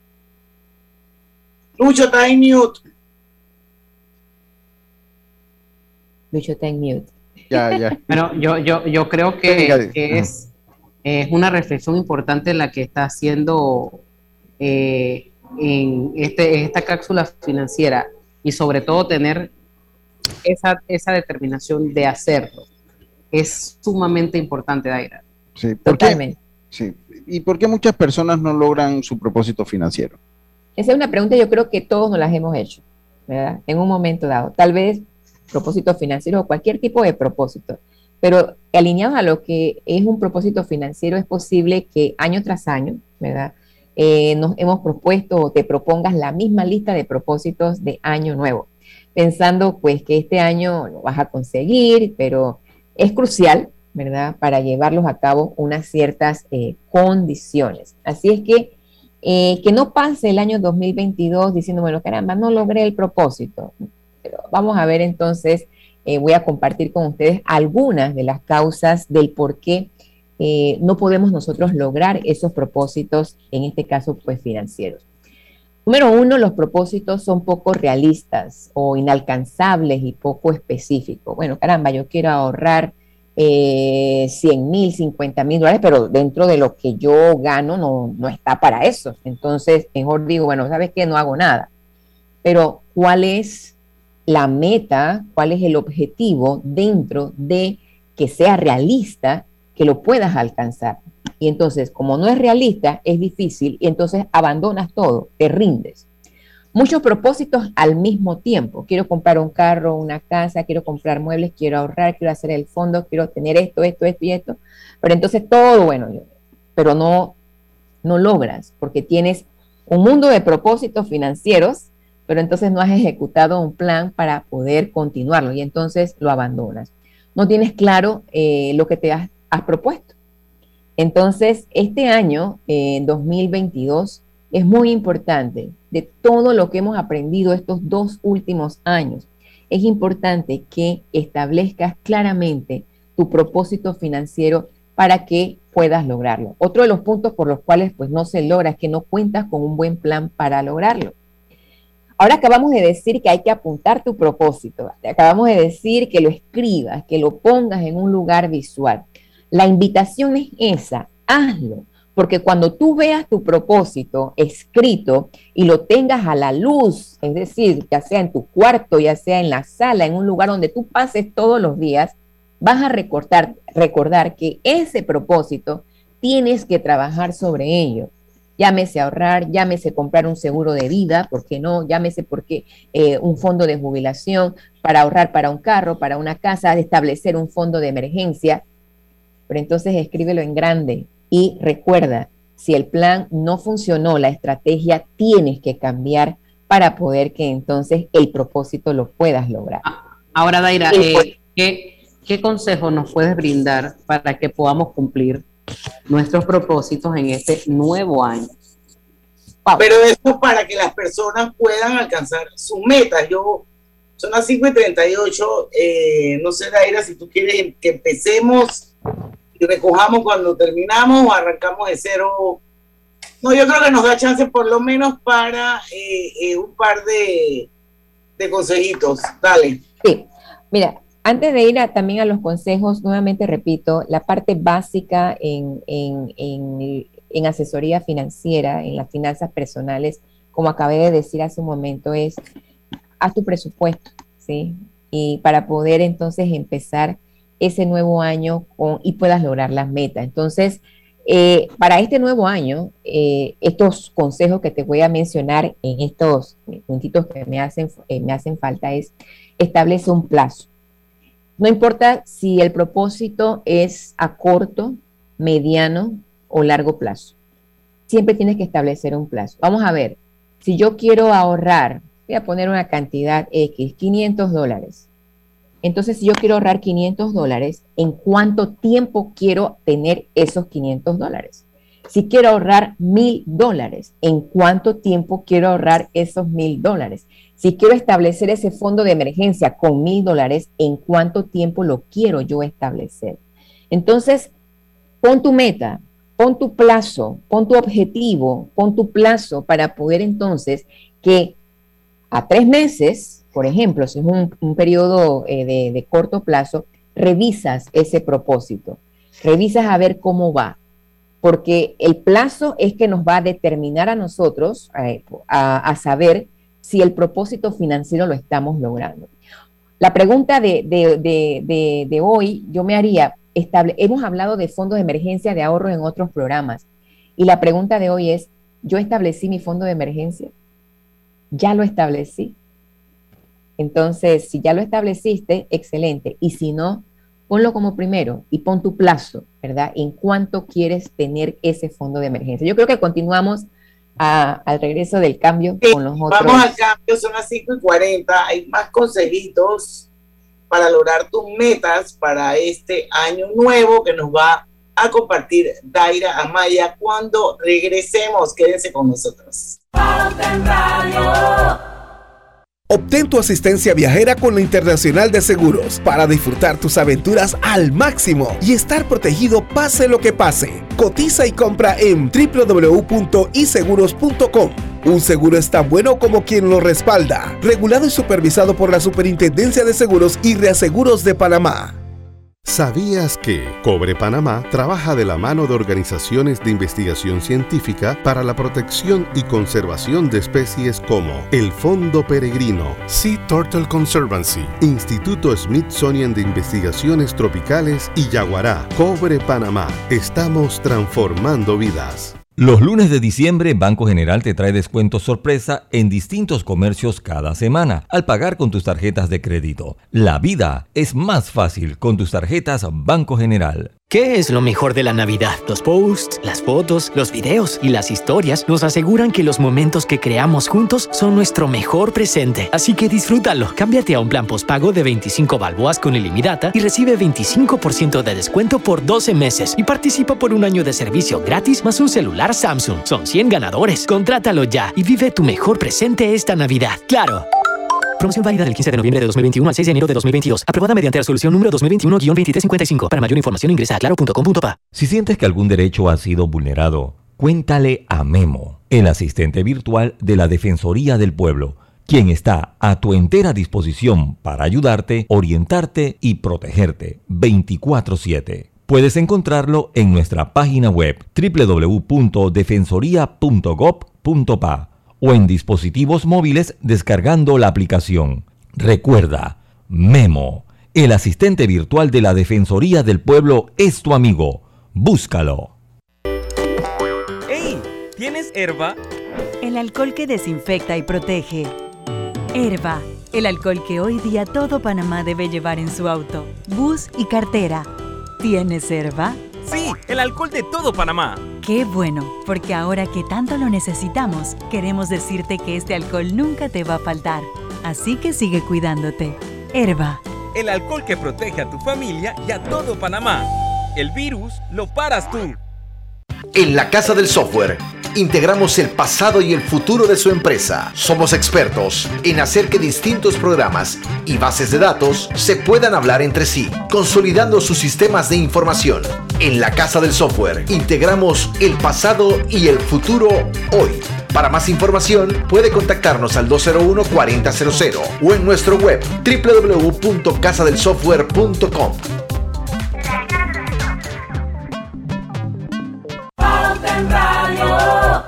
Speaker 6: Lucho, está en mute.
Speaker 17: Lucho está en mute.
Speaker 8: Ya, ya.
Speaker 21: Bueno, yo, yo, yo creo que, que es, es una reflexión importante la que está haciendo eh, en este, esta cápsula financiera, y sobre todo tener esa, esa determinación de hacerlo. Es sumamente importante, Daira.
Speaker 8: Sí, ¿por qué? Sí. ¿Y por qué muchas personas no logran su propósito financiero?
Speaker 17: Esa es una pregunta, yo creo que todos nos las hemos hecho, ¿verdad? En un momento dado. Tal vez propósito financiero o cualquier tipo de propósito, pero alineados a lo que es un propósito financiero, es posible que año tras año, ¿verdad? Eh, nos hemos propuesto o te propongas la misma lista de propósitos de año nuevo, pensando pues que este año lo vas a conseguir, pero es crucial, ¿verdad?, para llevarlos a cabo unas ciertas eh, condiciones. Así es que eh, que no pase el año dos mil veintidós diciendo, bueno, caramba, no logré el propósito. Pero vamos a ver entonces, eh, voy a compartir con ustedes algunas de las causas del por qué eh, no podemos nosotros lograr esos propósitos, en este caso pues financieros. Número uno, los propósitos son poco realistas o inalcanzables y poco específicos. Bueno, caramba, yo quiero ahorrar eh, cien mil, cincuenta mil dólares, pero dentro de lo que yo gano no, no está para eso. Entonces, mejor digo, bueno, ¿sabes qué? No hago nada. Pero, ¿cuál es la meta? ¿Cuál es el objetivo dentro de que sea realista, que lo puedas alcanzar? Y entonces, como no es realista, es difícil, y entonces abandonas todo, te rindes. Muchos propósitos al mismo tiempo. Quiero comprar un carro, una casa, quiero comprar muebles, quiero ahorrar, quiero hacer el fondo, quiero tener esto, esto, esto y esto. Pero entonces todo, bueno, pero no, no logras, porque tienes un mundo de propósitos financieros, pero entonces no has ejecutado un plan para poder continuarlo, y entonces lo abandonas. No tienes claro eh, lo que te has, has propuesto. Entonces, este año, eh, dos mil veintidós, es muy importante. De todo lo que hemos aprendido estos dos últimos años, es importante que establezcas claramente tu propósito financiero para que puedas lograrlo. Otro de los puntos por los cuales pues, no se logra es que no cuentas con un buen plan para lograrlo. Ahora acabamos de decir que hay que apuntar tu propósito. Acabamos de decir que lo escribas, que lo pongas en un lugar visual. La invitación es esa, hazlo, porque cuando tú veas tu propósito escrito y lo tengas a la luz, es decir, ya sea en tu cuarto, ya sea en la sala, en un lugar donde tú pases todos los días, vas a recordar, recordar que ese propósito tienes que trabajar sobre ello. Llámese ahorrar, llámese comprar un seguro de vida, ¿por qué no? Llámese porque eh, un fondo de jubilación para ahorrar para un carro, para una casa, establecer un fondo de emergencia. Pero entonces escríbelo en grande y recuerda, si el plan no funcionó, la estrategia tienes que cambiar para poder que entonces el propósito lo puedas lograr.
Speaker 21: Ahora, Daira, eh, ¿qué, ¿qué consejo nos puedes brindar para que podamos cumplir nuestros propósitos en este nuevo año?
Speaker 6: Pero eso para que las personas puedan alcanzar sus metas. Yo, son las cinco y treinta y ocho, eh, no sé, Daira, si tú quieres que empecemos y recojamos cuando terminamos o arrancamos de cero. No, yo creo que nos da chance por lo menos para eh, eh, un par de, de consejitos. Dale.
Speaker 17: Sí, mira, Antes de ir a, también a los consejos, nuevamente repito, la parte básica en, en, en, en asesoría financiera, en las finanzas personales, como acabé de decir hace un momento, es haz tu presupuesto, ¿sí? Y para poder entonces empezar ese nuevo año con, y puedas lograr las metas. Entonces, eh, para este nuevo año, eh, estos consejos que te voy a mencionar en estos puntitos que me hacen, eh, me hacen falta es establece un plazo. No importa si el propósito es a corto, mediano o largo plazo. Siempre tienes que establecer un plazo. Vamos a ver, si yo quiero ahorrar, voy a poner una cantidad X, quinientos dólares. Entonces, si yo quiero ahorrar quinientos dólares, ¿en cuánto tiempo quiero tener esos quinientos dólares? Si quiero ahorrar mil dólares, ¿en cuánto tiempo quiero ahorrar esos mil dólares? Si quiero establecer ese fondo de emergencia con mil dólares, ¿en cuánto tiempo lo quiero yo establecer? Entonces, pon tu meta, pon tu plazo, pon tu objetivo, pon tu plazo para poder entonces que a tres meses, por ejemplo, si es un, un periodo eh, de, de corto plazo, revisas ese propósito, revisas a ver cómo va, porque el plazo es que nos va a determinar a nosotros eh, a, a saber si el propósito financiero lo estamos logrando. La pregunta de, de, de, de, de hoy yo me haría, estable, hemos hablado de fondos de emergencia de ahorro en otros programas, y la pregunta de hoy es, ¿yo establecí mi fondo de emergencia? ¿Ya lo establecí? Entonces, si ya lo estableciste, excelente. Y si no, ponlo como primero y pon tu plazo, ¿verdad? ¿En cuánto quieres tener ese fondo de emergencia? Yo creo que continuamos a, al regreso del cambio sí, con los otros.
Speaker 6: Vamos al cambio, son las cinco y cuarenta. Hay más consejitos para lograr tus metas para este año nuevo que nos va a compartir Daira Amaya cuando regresemos. Quédense con nosotros.
Speaker 5: Pauta en Radio.
Speaker 12: Obtén tu asistencia viajera con la Internacional de Seguros para disfrutar tus aventuras al máximo y estar protegido pase lo que pase. Cotiza y compra en doble u doble u doble u punto i seguros punto com. Un seguro es tan bueno como quien lo respalda. Regulado y supervisado por la Superintendencia de Seguros y Reaseguros de Panamá.
Speaker 18: ¿Sabías que Cobre Panamá trabaja de la mano de organizaciones de investigación científica para la protección y conservación de especies como el Fondo Peregrino, Sea Turtle Conservancy, Instituto Smithsonian de Investigaciones Tropicales y Yaguará? Cobre Panamá, estamos transformando vidas.
Speaker 2: Los lunes de diciembre, Banco General te trae descuentos sorpresa en distintos comercios cada semana al pagar con tus tarjetas de crédito. La vida es más fácil con tus tarjetas Banco General.
Speaker 13: ¿Qué es lo mejor de la Navidad? Los posts, las fotos, los videos y las historias nos aseguran que los momentos que creamos juntos son nuestro mejor presente. Así que disfrútalo. Cámbiate a un plan postpago de veinticinco balboas con ilimitada y recibe veinticinco por ciento de descuento por doce meses. Y participa por un año de servicio gratis más un celular Samsung. Son cien ganadores. Contrátalo ya y vive tu mejor presente esta Navidad. ¡Claro! Promoción válida del quince de noviembre de dos mil veintiuno al seis de enero de dos mil veintidós. Aprobada mediante resolución número dos mil veintiuno guión veintitrés cincuenta y cinco. Para mayor información ingresa a claro punto com punto pa.
Speaker 2: Si sientes que algún derecho ha sido vulnerado, cuéntale a Memo, el asistente virtual de la Defensoría del Pueblo, quien está a tu entera disposición para ayudarte, orientarte y protegerte veinticuatro siete. Puedes encontrarlo en nuestra página web doble u doble u doble u punto defensoría punto gob punto pa o en dispositivos móviles descargando la aplicación. Recuerda, Memo, el asistente virtual de la Defensoría del Pueblo es tu amigo. Búscalo.
Speaker 14: ¡Ey! ¿Tienes Herba?
Speaker 15: El alcohol que desinfecta y protege. Herba, el alcohol que hoy día todo Panamá debe llevar en su auto, bus y cartera. ¿Tienes Herba?
Speaker 14: Sí, el alcohol de todo Panamá.
Speaker 15: Qué bueno, porque ahora que tanto lo necesitamos, queremos decirte que este alcohol nunca te va a faltar. Así que sigue cuidándote. Herba.
Speaker 14: El alcohol que protege a tu familia y a todo Panamá. El virus lo paras tú.
Speaker 1: En la Casa del Software, integramos el pasado y el futuro de su empresa. Somos expertos en hacer que distintos programas y bases de datos se puedan hablar entre sí, consolidando sus sistemas de información. En la Casa del Software, integramos el pasado y el futuro hoy. Para más información, puede contactarnos al dos cero uno, cuatro cero cero cero o en nuestro web doble u doble u doble u punto casa del software punto com.
Speaker 5: Pauta en Radio.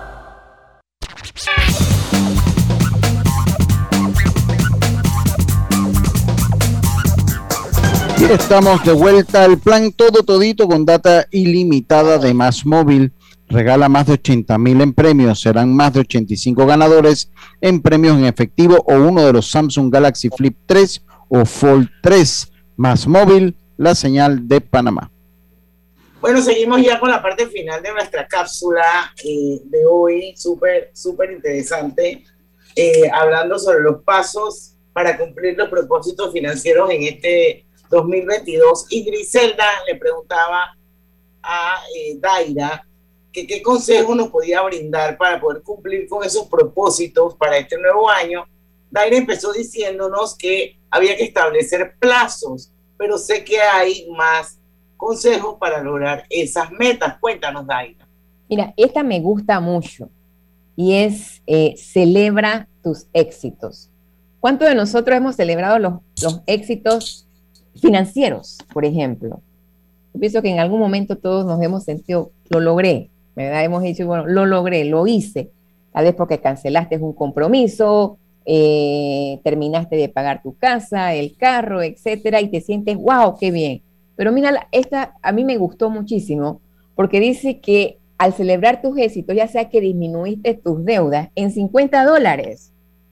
Speaker 8: Y estamos de vuelta al plan todo todito con data ilimitada de Más Móvil. Regala más de ochenta mil en premios. Serán más de ochenta y cinco ganadores en premios en efectivo o uno de los Samsung Galaxy Flip tres o Fold tres. Más Móvil, la señal de Panamá.
Speaker 6: Bueno, seguimos ya con la parte final de nuestra cápsula eh, de hoy, súper, súper interesante, eh, hablando sobre los pasos para cumplir los propósitos financieros en este dos mil veintidós. Y Griselda le preguntaba a eh, Daira que qué consejo nos podía brindar para poder cumplir con esos propósitos para este nuevo año. Daira empezó diciéndonos que había que establecer plazos, pero sé que hay más consejos para lograr esas metas. Cuéntanos, Daira.
Speaker 17: Mira, esta me gusta mucho y es eh, celebra tus éxitos. ¿Cuántos de nosotros hemos celebrado los, los éxitos financieros, por ejemplo? Yo pienso que en algún momento todos nos hemos sentido, lo logré, ¿verdad? Hemos dicho, bueno, lo logré, lo hice, tal vez porque cancelaste un compromiso, eh, terminaste de pagar tu casa, el carro, etcétera, y te sientes, wow, qué bien. Pero mira, esta a mí me gustó muchísimo porque dice que al celebrar tus éxitos, ya sea que disminuiste tus deudas en cincuenta dólares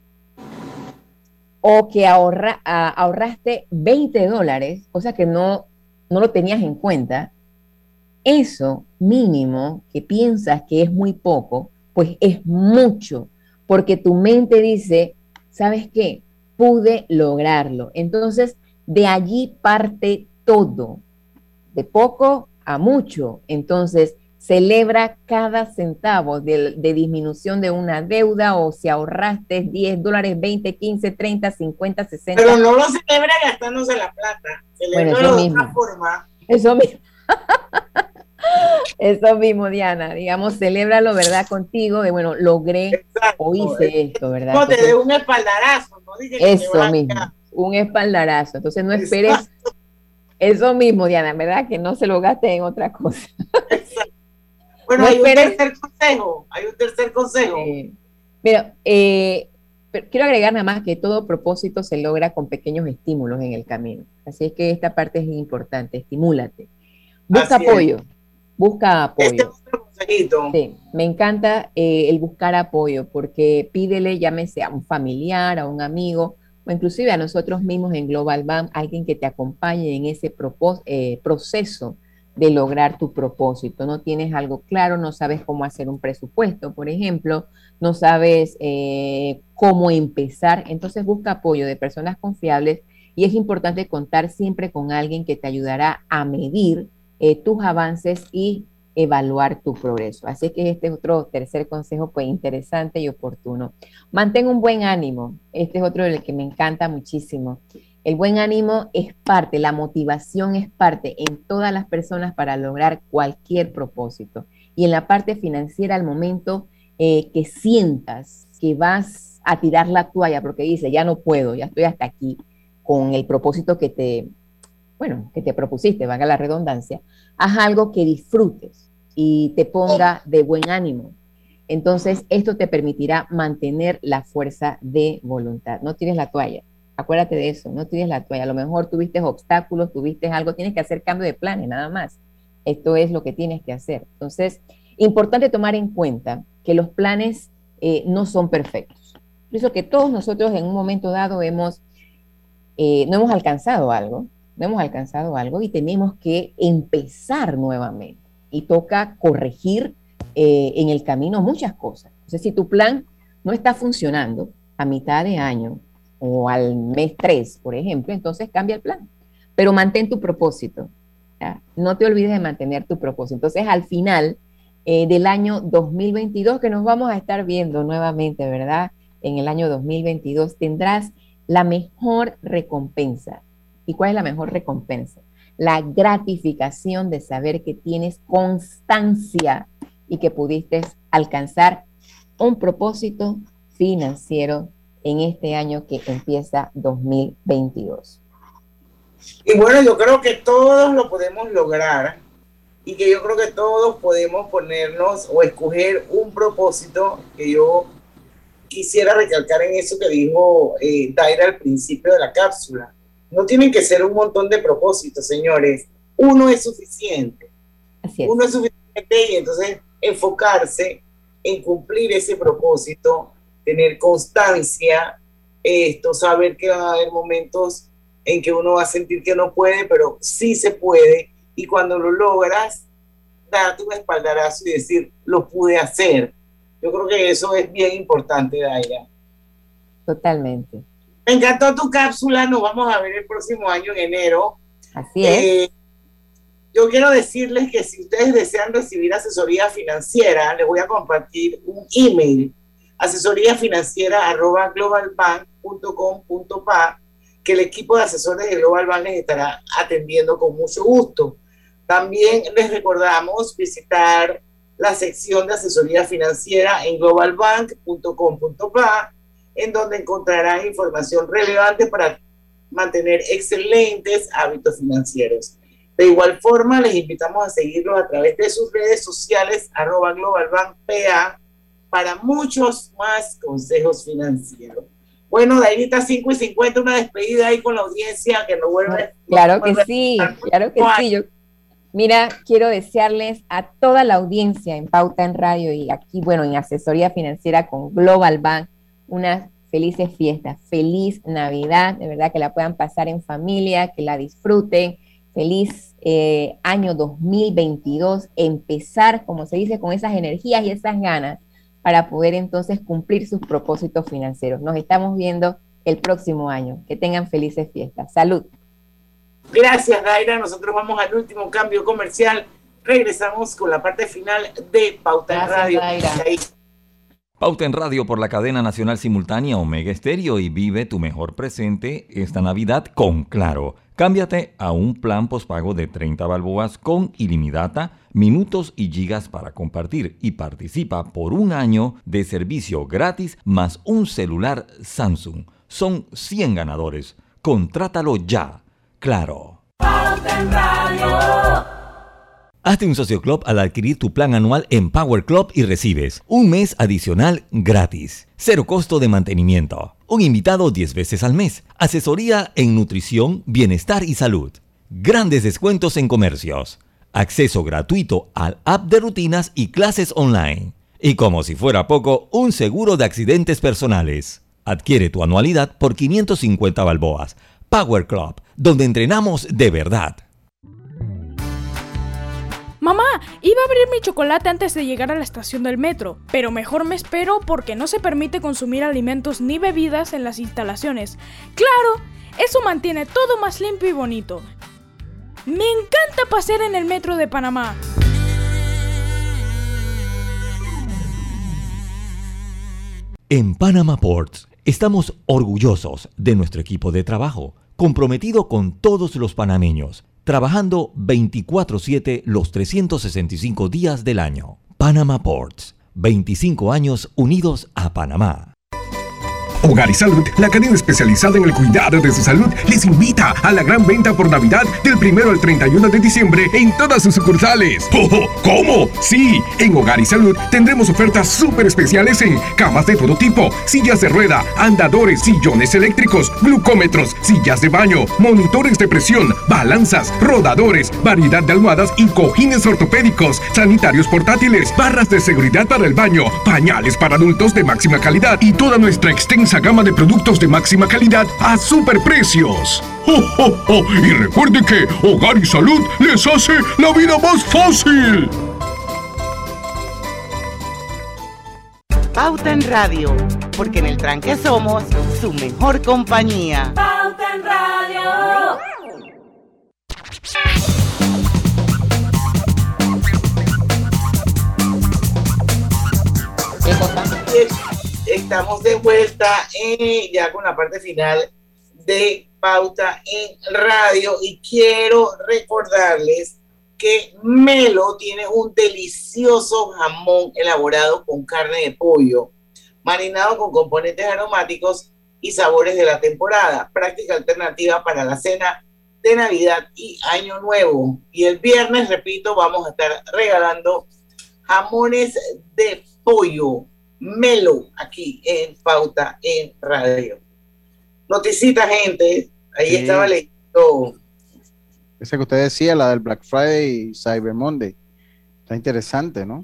Speaker 17: o que ahorra, a, ahorraste veinte dólares, o sea que no, no lo tenías en cuenta, eso mínimo que piensas que es muy poco, pues es mucho, porque tu mente dice, ¿sabes qué? Pude lograrlo. Entonces, de allí parte todo, de poco a mucho. Entonces, celebra cada centavo de, de disminución de una deuda, o si ahorraste diez dólares, veinte, quince, treinta, cincuenta, sesenta.
Speaker 6: Pero no lo celebra gastándose la plata, celebra
Speaker 17: bueno,
Speaker 6: de
Speaker 17: mismo.
Speaker 6: otra forma.
Speaker 17: Eso mismo. Eso mismo, Diana, digamos, celébralo, ¿verdad? Contigo, de bueno, logré Exacto. o hice esto, ¿verdad?
Speaker 6: No, te dé un espaldarazo, ¿no? Dije que
Speaker 17: eso mismo, un espaldarazo. Entonces no esperes Exacto. Eso mismo, Diana, ¿verdad? Que no se lo gaste en otra cosa.
Speaker 6: Exacto. Bueno, no hay esperes... un tercer consejo, hay un tercer consejo.
Speaker 17: Eh, mira, eh, pero quiero agregar nada más que todo propósito se logra con pequeños estímulos en el camino. Así es que esta parte es importante, estimúlate. Busca Así apoyo. Es. Busca apoyo.
Speaker 6: Este es otro consejito.
Speaker 17: Sí, me encanta eh, el buscar apoyo, porque pídele, llámese a un familiar, a un amigo, o inclusive a nosotros mismos en Global Bank, alguien que te acompañe en ese propós- eh, proceso de lograr tu propósito. No tienes algo claro, no sabes cómo hacer un presupuesto, por ejemplo, no sabes eh, cómo empezar, entonces busca apoyo de personas confiables, y es importante contar siempre con alguien que te ayudará a medir Eh, tus avances y evaluar tu progreso. Así que este es otro tercer consejo, pues interesante y oportuno. Mantén un buen ánimo. Este es otro del que me encanta muchísimo. El buen ánimo es parte, la motivación es parte en todas las personas para lograr cualquier propósito. Y en la parte financiera, al momento eh, que sientas que vas a tirar la toalla porque dices, ya no puedo, ya estoy hasta aquí con el propósito que te bueno, que te propusiste, valga la redundancia, haz algo que disfrutes y te ponga de buen ánimo. Entonces, esto te permitirá mantener la fuerza de voluntad. No tires la toalla, acuérdate de eso, no tires la toalla. A lo mejor tuviste obstáculos, tuviste algo, tienes que hacer cambio de planes, nada más. Esto es lo que tienes que hacer. Entonces, importante tomar en cuenta que los planes eh, no son perfectos. Por eso que todos nosotros en un momento dado hemos, eh, no hemos alcanzado algo, no hemos alcanzado algo y tenemos que empezar nuevamente y toca corregir eh, en el camino muchas cosas. Entonces, si tu plan no está funcionando a mitad de año o al mes tres, por ejemplo, entonces cambia el plan, pero mantén tu propósito, ¿ya? No te olvides de mantener tu propósito. Entonces, al final eh, del año dos mil veintidós, que nos vamos a estar viendo nuevamente, ¿verdad? En el año dos mil veintidós tendrás la mejor recompensa. ¿Y cuál es la mejor recompensa? La gratificación de saber que tienes constancia y que pudiste alcanzar un propósito financiero en este año que empieza dos mil veintidós.
Speaker 6: Y bueno, yo creo que todos lo podemos lograr y que yo creo que todos podemos ponernos o escoger un propósito, que yo quisiera recalcar en eso que dijo eh, Daira al principio de la cápsula. No tienen que ser un montón de propósitos, señores. Uno es suficiente.
Speaker 17: Así es.
Speaker 6: Uno es suficiente y entonces enfocarse en cumplir ese propósito, tener constancia, esto, saber que van a haber momentos en que uno va a sentir que no puede, pero sí se puede, y cuando lo logras, darte un espaldarazo y decir, lo pude hacer. Yo creo que eso es bien importante, Daira.
Speaker 17: Totalmente.
Speaker 6: Me encantó tu cápsula, nos vamos a ver el próximo año en enero.
Speaker 17: Así es.
Speaker 6: Eh, yo quiero decirles que si ustedes desean recibir asesoría financiera, les voy a compartir un email, asesoría financiera arroba globalbank punto com punto pa, que el equipo de asesores de Global Bank les estará atendiendo con mucho gusto. También les recordamos visitar la sección de asesoría financiera en globalbank punto com punto pa, en donde encontrarán información relevante para mantener excelentes hábitos financieros. De igual forma, les invitamos a seguirlos a través de sus redes sociales, arroba globalbankpa, para muchos más consejos financieros. Bueno, Dairita, cinco y cincuenta, una despedida ahí con la audiencia que nos vuelve.
Speaker 17: Claro que sí, claro que sí. Yo, mira, quiero desearles a toda la audiencia en Pauta en Radio y aquí, bueno, en Asesoría Financiera con Global Bank, unas felices fiestas, feliz Navidad, de verdad que la puedan pasar en familia, que la disfruten, feliz eh, año dos mil veintidós, empezar, como se dice, con esas energías y esas ganas para poder entonces cumplir sus propósitos financieros. Nos estamos viendo el próximo año. Que tengan felices fiestas. Salud.
Speaker 6: Gracias, Daira. Nosotros vamos al último cambio comercial. Regresamos con la parte final de Pauta en Radio.
Speaker 2: Pauta en Radio por la cadena nacional simultánea Omega Estéreo y vive tu mejor presente esta Navidad con Claro. Cámbiate a un plan postpago de treinta balboas con ilimitada, minutos y gigas para compartir y participa por un año de servicio gratis más un celular Samsung. Son cien ganadores. Contrátalo ya. Claro.
Speaker 5: Pauta en Radio.
Speaker 2: Hazte un socio club al adquirir tu plan anual en Power Club y recibes un mes adicional gratis. Cero costo de mantenimiento. Un invitado diez veces al mes. Asesoría en nutrición, bienestar y salud. Grandes descuentos en comercios. Acceso gratuito al app de rutinas y clases online. Y como si fuera poco, un seguro de accidentes personales. Adquiere tu anualidad por quinientos cincuenta balboas. Power Club, donde entrenamos de verdad.
Speaker 19: Mamá, iba a abrir mi chocolate antes de llegar a la estación del metro, pero mejor me espero porque no se permite consumir alimentos ni bebidas en las instalaciones. ¡Claro! Eso mantiene todo más limpio y bonito. Me encanta pasear en el metro de Panamá.
Speaker 2: En Panama Ports estamos orgullosos de nuestro equipo de trabajo, comprometido con todos los panameños, trabajando veinticuatro siete los trescientos sesenta y cinco días del año. Panama Ports, veinticinco años unidos a Panamá.
Speaker 11: Hogar y Salud, la cadena especializada en el cuidado de su salud, les invita a la gran venta por Navidad del primero al treinta y uno de diciembre en todas sus sucursales. ¡Oh, cómo! Sí, en Hogar y Salud tendremos ofertas súper especiales en camas de todo tipo, sillas de rueda, andadores, sillones eléctricos, glucómetros, sillas de baño, monitores de presión, balanzas, rodadores, variedad de almohadas y cojines ortopédicos, sanitarios portátiles, barras de seguridad para el baño, pañales para adultos de máxima calidad y toda nuestra extensa gama de productos de máxima calidad a superprecios. ¡Oh, oh, oh! Y recuerde que Hogar y Salud les hace la vida más fácil.
Speaker 16: Pauta en Radio, porque en el tranque somos su mejor compañía.
Speaker 5: Pauta en Radio.
Speaker 17: ¿Qué cosa?
Speaker 6: Estamos de vuelta eh, ya con la parte final de Pauta en Radio y quiero recordarles que Melo tiene un delicioso jamón elaborado con carne de pollo, marinado con componentes aromáticos y sabores de la temporada. Práctica alternativa para la cena de Navidad y Año Nuevo. Y el viernes, repito, vamos a estar regalando jamones de pollo Melo aquí en Pauta en Radio. Noticita, gente. Ahí
Speaker 8: Sí.
Speaker 6: estaba leyendo.
Speaker 8: Esa que usted decía, la del Black Friday y Cyber Monday. Está interesante, ¿no?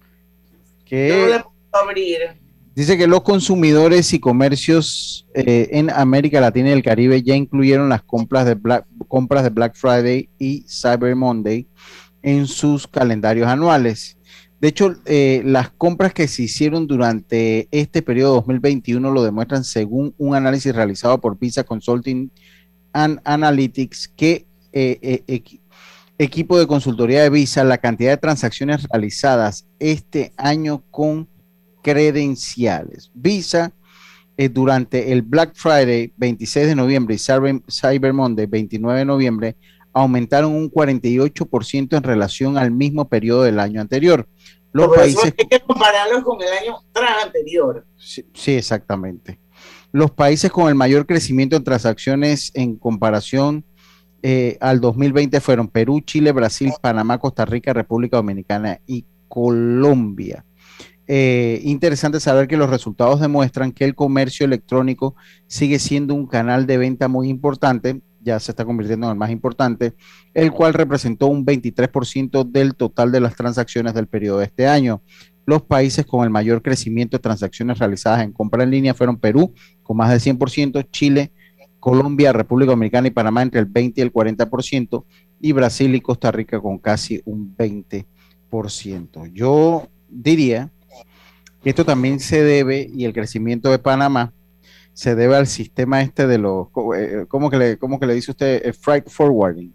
Speaker 8: Que
Speaker 6: Yo no le puedo abrir.
Speaker 8: dice que los consumidores y comercios eh, en América Latina y el Caribe ya incluyeron las compras de Black, compras de Black Friday y Cyber Monday en sus calendarios anuales. De hecho, eh, las compras que se hicieron durante este periodo dos mil veintiuno lo demuestran según un análisis realizado por Visa Consulting and Analytics, que eh, eh, equi- equipo de consultoría de Visa, la cantidad de transacciones realizadas este año con credenciales. Visa, eh, durante el Black Friday veintiséis de noviembre y Cyber, Cyber Monday veintinueve de noviembre, aumentaron un cuarenta y ocho por ciento en relación al mismo periodo del año anterior. Los
Speaker 6: Por eso
Speaker 8: países,
Speaker 6: hay que compararlos con el año tras anterior.
Speaker 8: sí, sí, exactamente. Los países con el mayor crecimiento en transacciones en comparación eh, al dos mil veinte fueron Perú, Chile, Brasil, Panamá, Costa Rica, República Dominicana y Colombia. Eh, interesante saber que los resultados demuestran que el comercio electrónico sigue siendo un canal de venta muy importante, ya se está convirtiendo en el más importante, el cual representó un veintitrés por ciento del total de las transacciones del periodo de este año. Los países con el mayor crecimiento de transacciones realizadas en compra en línea fueron Perú, con más del cien por ciento, Chile, Colombia, República Dominicana y Panamá entre el veinte y el cuarenta por ciento, y Brasil y Costa Rica con casi un veinte por ciento. Yo diría que esto también se debe, y el crecimiento de Panamá, se debe al sistema este de los, ¿cómo que le, cómo que le dice usted? El freight forwarding.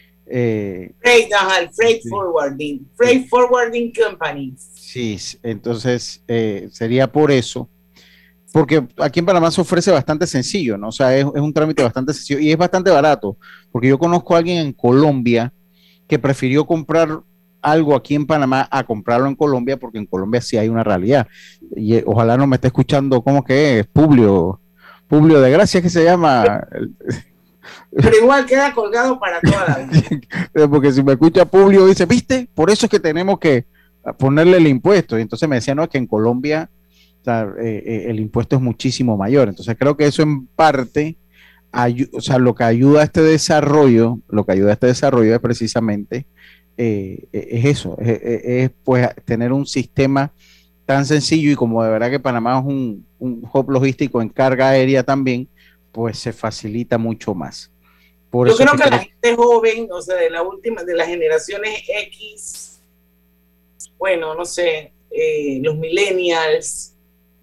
Speaker 8: Eh,
Speaker 6: Freight, ajá, el Freight Forwarding. Freight Forwarding Company.
Speaker 8: sí, entonces eh, sería por eso, porque aquí en Panamá se ofrece bastante sencillo, ¿no? O sea, es, es un trámite bastante sencillo y es bastante barato, porque yo conozco a alguien en Colombia que prefirió comprar algo aquí en Panamá a comprarlo en Colombia, porque en Colombia sí hay una realidad. Y eh, ojalá no me esté escuchando, ¿cómo que es? Publio, Publio de Gracia, que se llama.
Speaker 6: Pero igual queda colgado para toda la vida.
Speaker 8: Porque si me escucha Publio, dice, ¿viste? Por eso es que tenemos que ponerle el impuesto. Y entonces me decía, no, es que en Colombia, o sea, eh, eh, el impuesto es muchísimo mayor. Entonces creo que eso en parte, ayu- o sea, lo que ayuda a este desarrollo, lo que ayuda a este desarrollo es precisamente eh, es eso, es, es, es, pues tener un sistema tan sencillo, y como de verdad que Panamá es un, un hub logístico en carga aérea también, pues se facilita mucho más. Por
Speaker 6: Yo
Speaker 8: eso
Speaker 6: creo
Speaker 8: que
Speaker 6: que
Speaker 8: creo-
Speaker 6: la gente joven, o sea, de la última, de las generaciones X, bueno, no sé, eh, los millennials,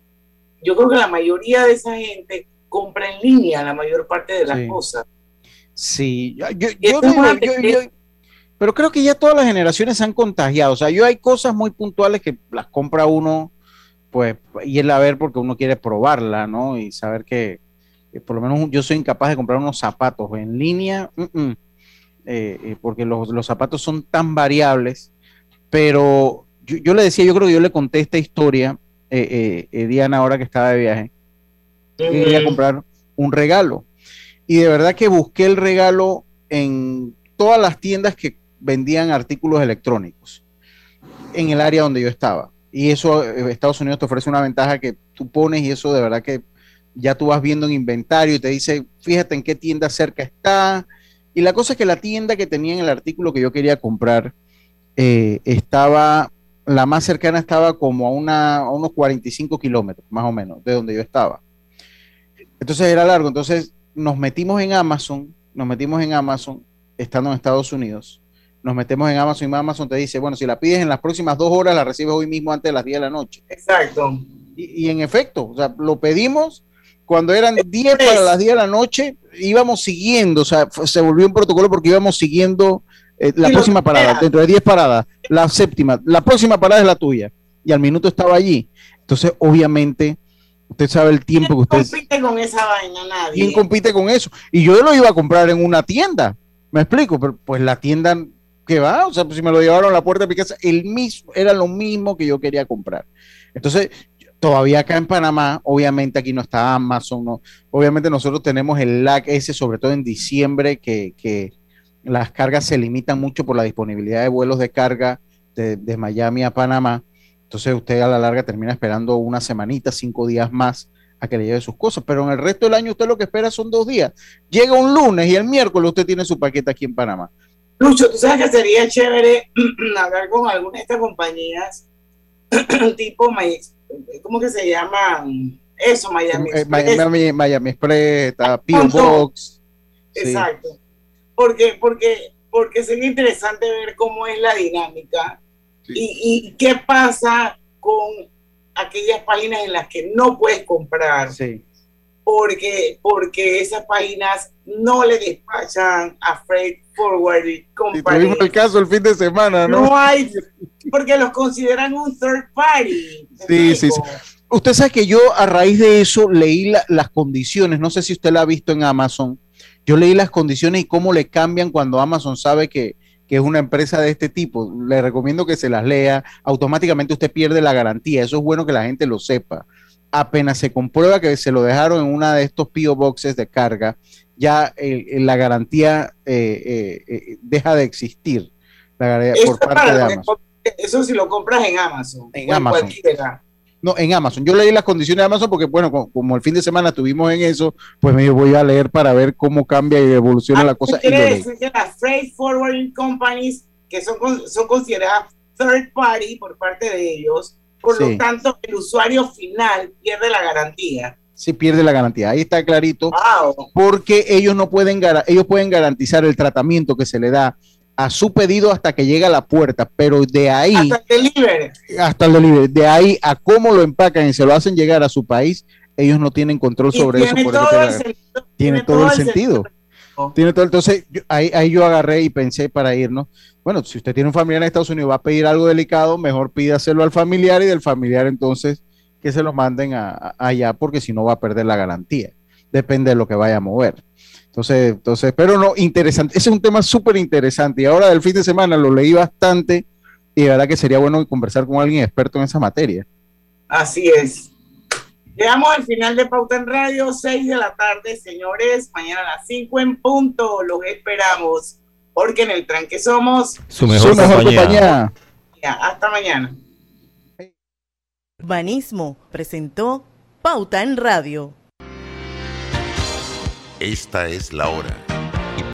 Speaker 6: yo creo que la mayoría de esa gente compra en línea la mayor parte de las
Speaker 8: Sí.
Speaker 6: cosas.
Speaker 8: Sí, yo, yo,
Speaker 6: Y
Speaker 8: yo
Speaker 6: eso es
Speaker 8: digo,
Speaker 6: una
Speaker 8: yo- yo- pero creo que ya todas las generaciones se han contagiado. O sea, yo hay cosas muy puntuales que las compra uno, pues, y es la ver porque uno quiere probarla, ¿no? Y saber que, que por lo menos yo soy incapaz de comprar unos zapatos en línea, mm, mm, eh, eh, porque los, los zapatos son tan variables. Pero yo, yo le decía, yo creo que yo le conté esta historia, eh, eh, eh, Diana, ahora que estaba de viaje, que quería comprar un regalo. Y de verdad que busqué el regalo en todas las tiendas que vendían artículos electrónicos en el área donde yo estaba. Y eso, eh, Estados Unidos te ofrece una ventaja que tú pones, y eso de verdad que ya tú vas viendo en inventario y te dice, fíjate en qué tienda cerca está. Y la cosa es que la tienda que tenía en el artículo que yo quería comprar eh, estaba, la más cercana estaba como a, una, a unos cuarenta y cinco kilómetros, más o menos, de donde yo estaba. Entonces era largo. Entonces nos metimos en Amazon, nos metimos en Amazon, estando en Estados Unidos, nos metemos en Amazon y Amazon te dice, bueno, si la pides en las próximas dos horas, la recibes hoy mismo antes de las diez de la noche.
Speaker 6: Exacto.
Speaker 8: Y, y en efecto, o sea, lo pedimos cuando eran diez para las diez de la noche, íbamos siguiendo, o sea, f- se volvió un protocolo porque íbamos siguiendo eh, la
Speaker 6: Y lo
Speaker 8: próxima parada,
Speaker 6: esperas.
Speaker 8: dentro de diez paradas, la séptima, la próxima parada es la tuya, y al minuto estaba allí. Entonces, obviamente, usted sabe el tiempo que usted...
Speaker 6: Compite con esa vaina nadie.
Speaker 8: ¿Quién compite con eso? Y yo lo iba a comprar en una tienda, me explico, pero pues la tienda ¿qué va? O sea, pues si me lo llevaron a la puerta de mi casa, el mismo, era lo mismo que yo quería comprar. Entonces, todavía acá en Panamá, obviamente aquí no está Amazon, no, obviamente nosotros tenemos el lag ese, sobre todo en diciembre, que, que las cargas se limitan mucho por la disponibilidad de vuelos de carga de, de Miami a Panamá. Entonces usted a la larga termina esperando una semanita, cinco días más a que le lleve sus cosas, pero en el resto del año usted lo que espera son dos días. Llega un lunes y el miércoles usted tiene su paquete aquí en Panamá.
Speaker 6: Lucho, tú sabes que sería chévere hablar con alguna de estas compañías tipo, ¿cómo que se llama? Eso, Miami
Speaker 8: eh,
Speaker 6: Express.
Speaker 8: Miami, Miami Express, P O Box.
Speaker 6: Exacto. Sí. Porque, porque, porque sería interesante ver cómo es la dinámica sí. y, y qué pasa con aquellas páginas en las que no puedes comprar.
Speaker 8: Sí.
Speaker 6: Porque, porque esas páginas no le despachan a Freight Forward Company.
Speaker 8: Y tuvimos el caso el fin de semana, ¿no?
Speaker 6: No hay, porque los consideran un third party.
Speaker 8: Sí, sí, sí. Usted sabe que yo a raíz de eso leí la, las condiciones, no sé si usted la ha visto en Amazon, yo leí las condiciones y cómo le cambian cuando Amazon sabe que, que es una empresa de este tipo. Le recomiendo que se las lea, automáticamente usted pierde la garantía, eso es bueno que la gente lo sepa. Apenas se comprueba que se lo dejaron en una de estos P O Boxes de carga, ya eh, la garantía eh, eh, eh, deja de existir la garantía por parte de Amazon.
Speaker 6: Eso si lo compras en Amazon.
Speaker 8: En Amazon.
Speaker 6: Cualquiera.
Speaker 8: No, en Amazon. Yo leí las condiciones de Amazon porque, bueno, como, como el fin de semana estuvimos en eso, pues me voy a leer para ver cómo cambia y evoluciona ah, la cosa.
Speaker 6: Quiere decir que las freight forwarding companies, que son, son consideradas third party por parte de ellos, por sí. lo tanto, el usuario final pierde la garantía.
Speaker 8: Sí, pierde la garantía. Ahí está clarito.
Speaker 6: Wow.
Speaker 8: Porque ellos no pueden, ellos pueden garantizar el tratamiento que se le da a su pedido hasta que llega a la puerta, pero de ahí
Speaker 6: hasta el delivery,
Speaker 8: hasta el delivery, de ahí a cómo lo empacan y se lo hacen llegar a su país, ellos no tienen control sobre eso. Por
Speaker 6: todo
Speaker 8: eso
Speaker 6: el sentido,
Speaker 8: tiene, tiene todo, todo el sentido. sentido. Tiene todo. Entonces, yo, ahí, ahí yo agarré y pensé para irnos. Bueno, si usted tiene un familiar en Estados Unidos, va a pedir algo delicado, mejor pídaselo al familiar y del familiar entonces que se lo manden a, a, allá, porque si no va a perder la garantía. Depende de lo que vaya a mover. Entonces, entonces, pero no, interesante. Ese es un tema súper interesante y ahora del fin de semana lo leí bastante y de verdad que sería bueno conversar con alguien experto en esa materia.
Speaker 6: Así es. Llegamos al final de Pauta en Radio, seis de la tarde, señores. Mañana a las cinco en punto. Los esperamos porque en el tranque somos
Speaker 2: su mejor, su mejor compañía. compañía.
Speaker 6: Ya, hasta mañana.
Speaker 4: Banismo presentó Pauta en Radio.
Speaker 3: Esta es la hora.